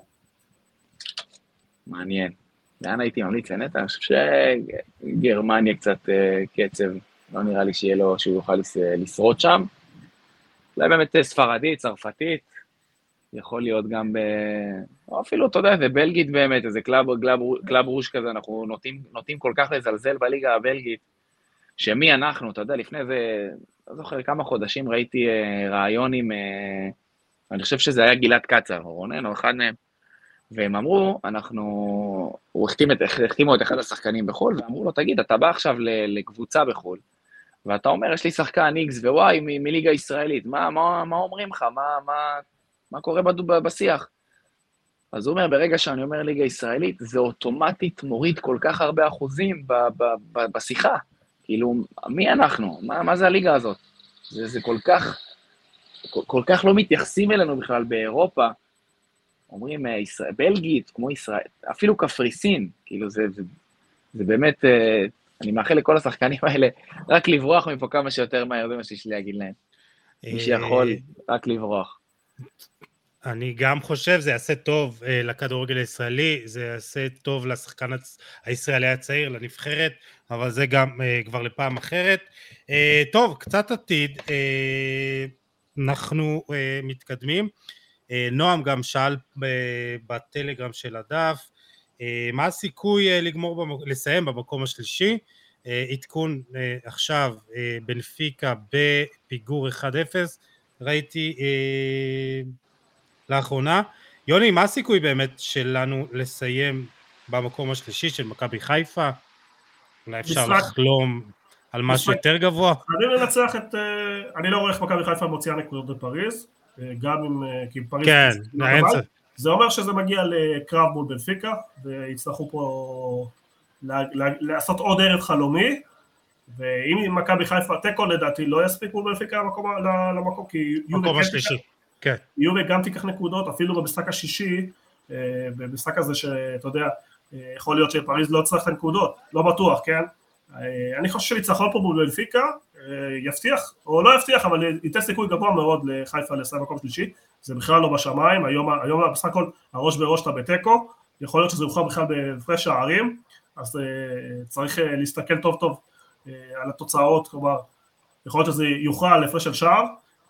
מעניין. לאן הייתי ממליץ לנטע? אני חושב שגרמניה קצת קצב, לא נראה לי שיהיה לו, שהוא יוכל לשרוד שם. אולי באמת ספרדית, צרפתית, יכול להיות גם ב... או אפילו, אתה יודע, זה בלגית באמת, איזה קלאב, קלאב, קלאב רוש כזה, אנחנו נוטים, נוטים כל כך לזלזל בליגה הבלגית, שמי אנחנו, אתה יודע, לפני זה, לא זוכר כמה חודשים ראיתי רעיון עם, אני חושב שזה היה גלעד קצר, או רונן, או אחד מהם, והם אמרו, אנחנו, הוא החתים את, החתימו את אחד השחקנים בחול, ואמרו לו, תגיד, אתה בא עכשיו לקבוצה בחול, ואתה אומר, יש לי שחקן X ו-Y מ- מליגה ישראלית, מה, מה, מה אומרים לך? מה, מה, מה קורה בשיח? אז הוא אומר, ברגע שאני אומר ליגה ישראלית, זה אוטומטית מוריד כל כך הרבה אחוזים ב- ב- ב- בשיחה. כאילו, מי אנחנו? מה, מה זה הליגה הזאת? זה, זה כל כך, כל, כל כך לא מתייחסים אלינו בכלל באירופה. אומרים, ישראל, בלגית, כמו ישראל, אפילו קפריסין, כאילו זה, זה, זה באמת, אני מאחל לכל השחקנים האלה, רק לברוח מפה כמה שיותר מהר, זה מה שיש לי להגיד להם. מי שיכול, רק לברוח. אני גם חושב, זה יעשה טוב לכדורגל הישראלי, זה יעשה טוב לשחקן הישראלי הצעיר, לנבחרת, אבל זה גם כבר לפעם אחרת. טוב, קצת עתיד, אנחנו מתקדמים. נועם גם שאל בטלגרם של הדף, מה הסיכוי לגמור, לסיים במקום השלישי? עדכון עכשיו בנפיקה בפיגור אחד אפס, ראיתי לאחרונה. יוני, מה הסיכוי באמת שלנו לסיים במקום השלישי של מכבי חיפה? אולי אפשר לחלום על משהו יותר גבוה? אני מנצח את, אני לא רואה איך מכבי חיפה מוציאה נקודות בפריז, גם עם, כי פריז... כן, האמצע. זה אומר שזה מגיע לקרב מול בנפיקה, ויצטרכו פה לעשות עוד ערב חלומי, ואם מכבי חיפה תיקו לדעתי לא יספיק מול בנפיקה למקום, כי מקום השלישי. כן. יובה גם תיקח נקודות, אפילו במשחק השישי, במשחק הזה שאתה יודע, יכול להיות שפריז לא צריך את הנקודות, לא בטוח, כן? אני חושב שניצחון פה מול בנפיקה, יבטיח, או לא יבטיח, אבל ייתן סיכוי גבוה מאוד לחיפה לסיים מקום שלישי, זה בכלל לא בשמיים, היום, היום בסך הכל הראש בראש אתה בטקו, יכול להיות שזה יוכל בכלל בהפרש שערים, אז צריך להסתכל טוב טוב על התוצאות, כלומר, יכול להיות שזה יוכל להפרש של שער,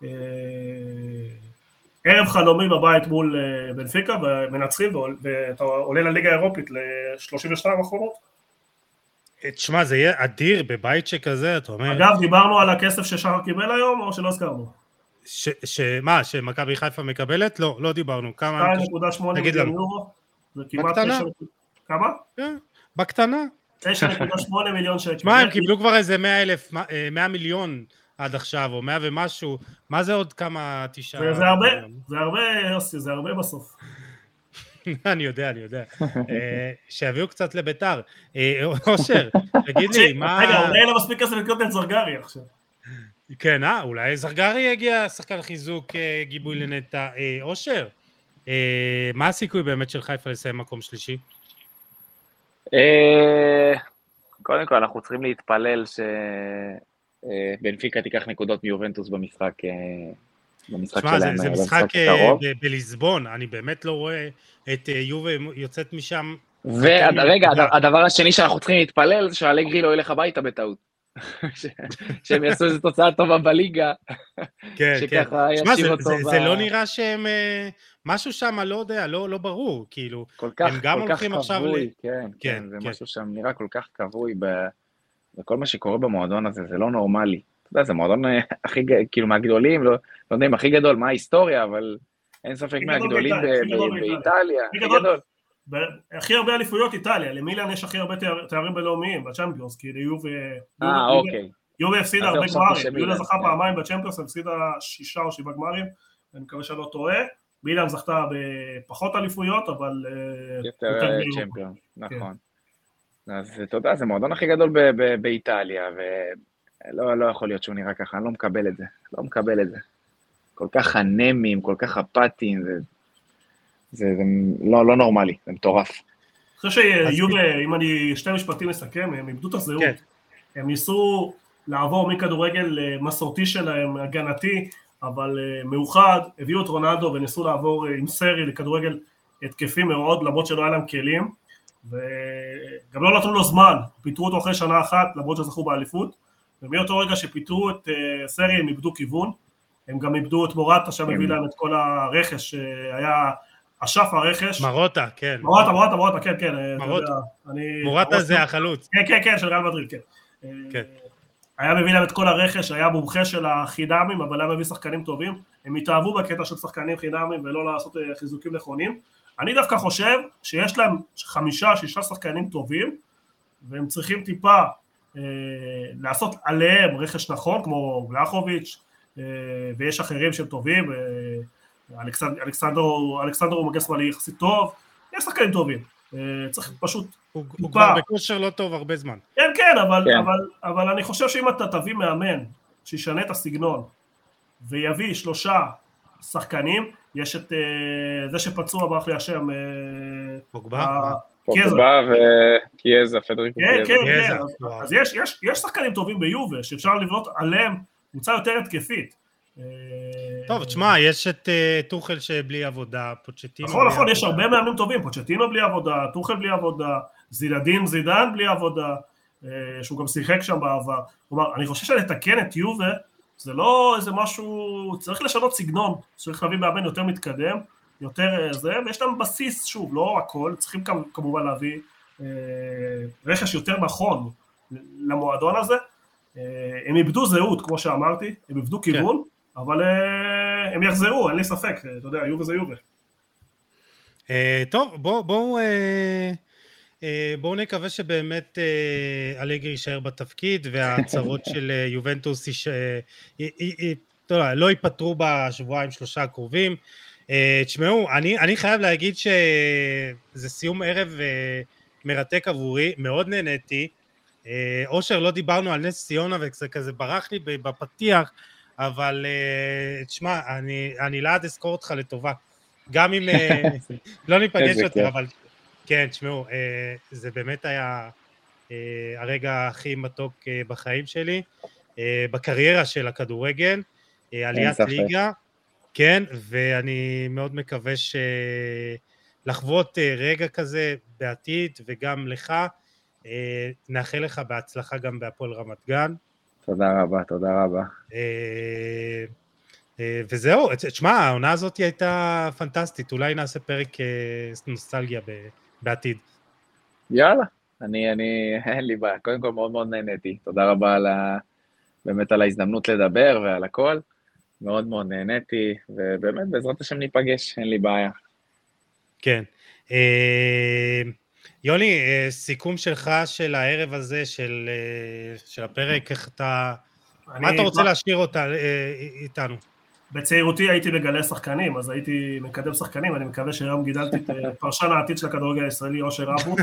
ערב חלומי בבית מול בנפיקה, ומנצחים, ואתה עולה לליגה האירופית ל-שלושים ושתיים אחרונות. תשמע, זה יהיה אדיר בבית שכזה, אתה אומר... אגב, דיברנו על הכסף ששער קיבל היום, או שלא הזכרנו? שמה, שמכבי חיפה מקבלת? לא, לא דיברנו. שתיים נקודה שמונה מיליון יורו. בקטנה? כמה? בקטנה. תשע נקודה שמונה מיליון שקל. שמע, הם קיבלו כבר איזה מאה אלף, מאה מיליון עד עכשיו, או מאה ומשהו. מה זה עוד כמה תשעה? זה הרבה, זה הרבה, יוסי, זה הרבה בסוף. אני יודע, אני יודע. שיביאו קצת לביתר. אושר, תגיד לי, מה... רגע, אולי אין לה מספיק כסף לקנות את זרגרי עכשיו. כן, אה, אולי זרגרי יגיע שחקן חיזוק גיבוי לנטע. אושר, מה הסיכוי באמת של חיפה לסיים מקום שלישי? קודם כל, אנחנו צריכים להתפלל שבנפיקה תיקח נקודות מיובנטוס במשחק במשחק שלהם. זה משחק בליסבון, אני באמת לא רואה את יובה יוצאת משם ורגע, הדבר השני שאנחנו צריכים להתפלל, זה שאלגרי לא ילך הביתה בטעות. שהם יעשו איזו תוצאה טובה בליגה. כן, כן. שמה, זה לא נראה שהם... משהו שם, לא יודע, לא ברור, כאילו. כל כך כבוי, כן, כן, זה משהו שם נראה כל כך כבוי בכל מה שקורה במועדון הזה, זה לא נורמלי. אתה יודע, זה מועדון הכי, כאילו, מהגדולים, לא יודע אם הכי גדול, מה ההיסטוריה, אבל אין ספק מהגדולים באיטליה, הכי גדול. הכי הרבה אליפויות איטליה, למילאן יש הכי הרבה תארים בינלאומיים בצ'מפיונס, כי ליובה... אה, אוקיי. יובה הפסידה הרבה גמרים, יובה זכה פעמיים בצ'מפיונס, הפסידה שישה או שבעה גמרים, אני מקווה שאני לא טועה, מילאן זכתה בפחות אליפויות, אבל... יותר צ'מפיון, נכון. אז אתה יודע, זה מועדון הכי גדול באיטליה, ולא יכול להיות שהוא נראה ככה, אני לא מקבל את זה, לא מקבל את זה. כל כך אנמים, כל כך אפתיים, זה... זה לא, לא נורמלי, זה מטורף. אני חושב שיובה, אם אני שתי משפטים מסכם, הם איבדו את הזהות. הם ניסו לעבור מכדורגל מסורתי שלהם, הגנתי, אבל מאוחד, הביאו את רונלדו וניסו לעבור עם סרי לכדורגל התקפי מאוד, למרות שלא היה להם כלים, וגם לא נתנו לו זמן, פיתרו אותו אחרי שנה אחת, למרות שזכו באליפות, ומאותו רגע שפיתרו את סרי הם איבדו כיוון, הם גם איבדו את מורטה שמביא להם את כל הרכש שהיה... אשף הרכש. מרוטה, כן. מרוטה, מרוטה, מרוטה, כן, כן. מרוטה. מרוטה זה החלוץ. כן, כן, כן, של ריאל מדריד, כן. היה מביא להם את כל הרכש, היה מומחה של החינמים, אבל היה מביא שחקנים טובים. הם התאהבו בקטע של שחקנים חינמים ולא לעשות חיזוקים נכונים. אני דווקא חושב שיש להם חמישה, שישה שחקנים טובים, והם צריכים טיפה לעשות עליהם רכש נכון, כמו ולחוביץ', ויש אחרים שהם טובים, אלכסנדרו, אלכסנדרו הוא מגן שמאלי יחסית טוב, יש שחקנים טובים, צריך פשוט... הוא כבר בכושר לא טוב הרבה זמן. כן, כן, אבל אני חושב שאם אתה תביא מאמן, שישנה את הסגנון, ויביא שלושה שחקנים, יש את זה שפצוע ברח לי השם, פוגבה, פוגבה וקיאזה, פדריקו קיאזה. כן, כן, כן, אז יש שחקנים טובים ביובה, שאפשר לבנות עליהם קבוצה יותר התקפית, טוב, תשמע, יש את טוחל שבלי עבודה, פוצ'טינו... נכון, נכון, יש הרבה מאמנים טובים, פוצ'טינו בלי עבודה, טוחל בלי עבודה, זילדין זידן בלי עבודה, שהוא גם שיחק שם בעבר. כלומר, אני חושב שלתקן את יובה, זה לא איזה משהו, צריך לשנות סגנון, צריך להביא מאמן יותר מתקדם, יותר זה, ויש להם בסיס, שוב, לא הכל, צריכים כמובן להביא רכש יותר נכון למועדון הזה, הם איבדו זהות, כמו שאמרתי, הם איבדו כיוון, אבל הם יחזרו, אין לי ספק, אתה יודע, יובה זה יובה. טוב, בואו בואו נקווה שבאמת אלגרי יישאר בתפקיד, והצרות של יובנטוס לא ייפטרו בשבועיים שלושה הקרובים. תשמעו, אני חייב להגיד שזה סיום ערב מרתק עבורי, מאוד נהניתי. אושר, לא דיברנו על נס ציונה, וזה כזה ברח לי בפתיח, אבל תשמע, אני לעד אזכור אותך לטובה, גם אם לא ניפגש יותר, אבל כן, תשמעו, זה באמת היה הרגע הכי מתוק בחיים שלי, בקריירה של הכדורגל, עליית ליגה, כן, ואני מאוד מקווה שלחוות רגע כזה בעתיד, וגם לך, נאחל לך בהצלחה גם בהפועל רמת גן. תודה רבה, תודה רבה. וזהו, תשמע, העונה הזאת הייתה פנטסטית, אולי נעשה פרק נוסטלגיה בעתיד. יאללה, אני, אני, אין לי בעיה, קודם כל מאוד מאוד נהניתי, תודה רבה על ה, באמת על ההזדמנות לדבר ועל הכל, מאוד מאוד נהניתי, ובאמת בעזרת השם ניפגש, אין לי בעיה. כן. יוני, סיכום שלך של הערב הזה, של, של הפרק, איך אתה, מה אתה רוצה להשאיר אותה איתנו? בצעירותי הייתי בגלי שחקנים, אז הייתי מקדם שחקנים, אני מקווה שהיום גידלתי את פרשן העתיד של הכדורגל הישראלי, אושר רבו.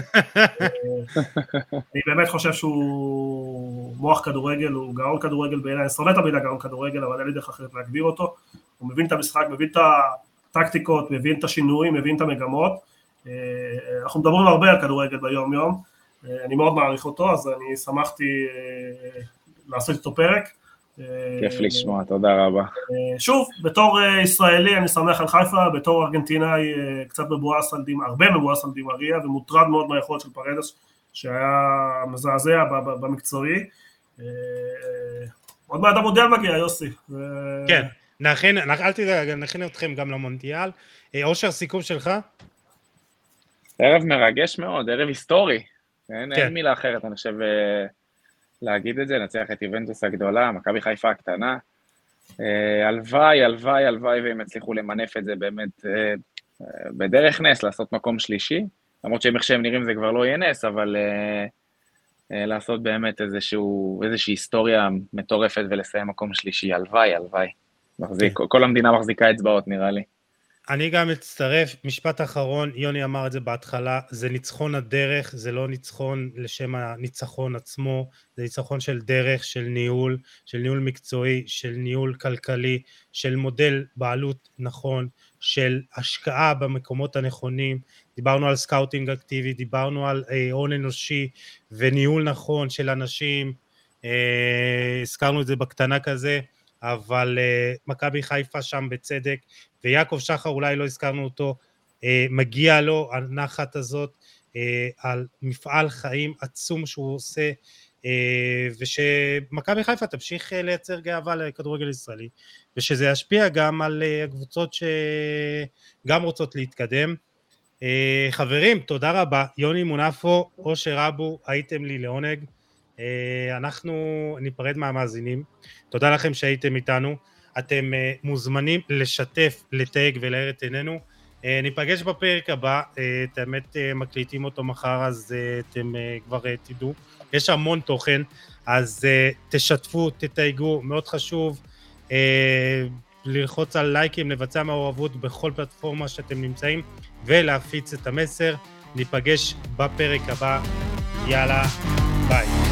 אני באמת חושב שהוא מוח כדורגל, הוא גאון כדורגל בעיניי, אני שונא את המילה גאון כדורגל, אבל אין לי דרך אחרת להגדיר אותו. הוא מבין את המשחק, מבין את הטקטיקות, מבין את השינויים, מבין את המגמות. אנחנו מדברים הרבה על כדורגל ביום יום, אני מאוד מעריך אותו, אז אני שמחתי לעשות איתו פרק. כיף לשמוע, תודה רבה. שוב, בתור ישראלי אני שמח על חיפה, בתור ארגנטינאי קצת מבואס על דימריה, הרבה מבואס על דימריה, ומוטרד מאוד מהיכולת של פרדס, שהיה מזעזע במקצועי. עוד מעט המונדיאל מגיע, יוסי. כן, נכין, אל תדאג, נכין אתכם גם למונדיאל. אושר, סיכום שלך? ערב מרגש מאוד, ערב היסטורי. אין מילה אחרת, אני חושב... להגיד את זה, נצליח את יובנטוס הגדולה, מכבי חיפה הקטנה, הלוואי, הלוואי, הלוואי, והם הצליחו למנף את זה באמת בדרך נס, לעשות מקום שלישי, למרות שהם איך שהם נראים זה כבר לא יהיה נס, אבל לעשות באמת איזשהו, איזושהי היסטוריה מטורפת ולסיים מקום שלישי, הלוואי, הלוואי, מחזיק, כל המדינה מחזיקה אצבעות נראה לי. אני גם מצטרף, משפט אחרון, יוני אמר את זה בהתחלה, זה ניצחון הדרך, זה לא ניצחון לשם הניצחון עצמו, זה ניצחון של דרך, של ניהול, של ניהול מקצועי, של ניהול כלכלי, של מודל בעלות נכון, של השקעה במקומות הנכונים, דיברנו על סקאוטינג אקטיבי, דיברנו על הון אנושי וניהול נכון של אנשים, אה, הזכרנו את זה בקטנה כזה, אבל uh, מכבי חיפה שם בצדק, ויעקב שחר אולי לא הזכרנו אותו, uh, מגיע לו הנחת הזאת, uh, על מפעל חיים עצום שהוא עושה, uh, ושמכבי חיפה תמשיך uh, לייצר גאווה לכדורגל ישראלי, ושזה ישפיע גם על uh, הקבוצות שגם רוצות להתקדם. Uh, חברים, תודה רבה, יוני מונפו, אושר אבו, הייתם לי לעונג, אנחנו ניפרד מהמאזינים, תודה לכם שהייתם איתנו, אתם מוזמנים לשתף, לתייג ולהאיר את עינינו, ניפגש בפרק הבא, את האמת מקליטים אותו מחר, אז אתם כבר תדעו, יש המון תוכן, אז תשתפו, תתייגו, מאוד חשוב ללחוץ על לייקים, לבצע מעורבות בכל פלטפורמה שאתם נמצאים, ולהפיץ את המסר, ניפגש בפרק הבא, יאללה, ביי.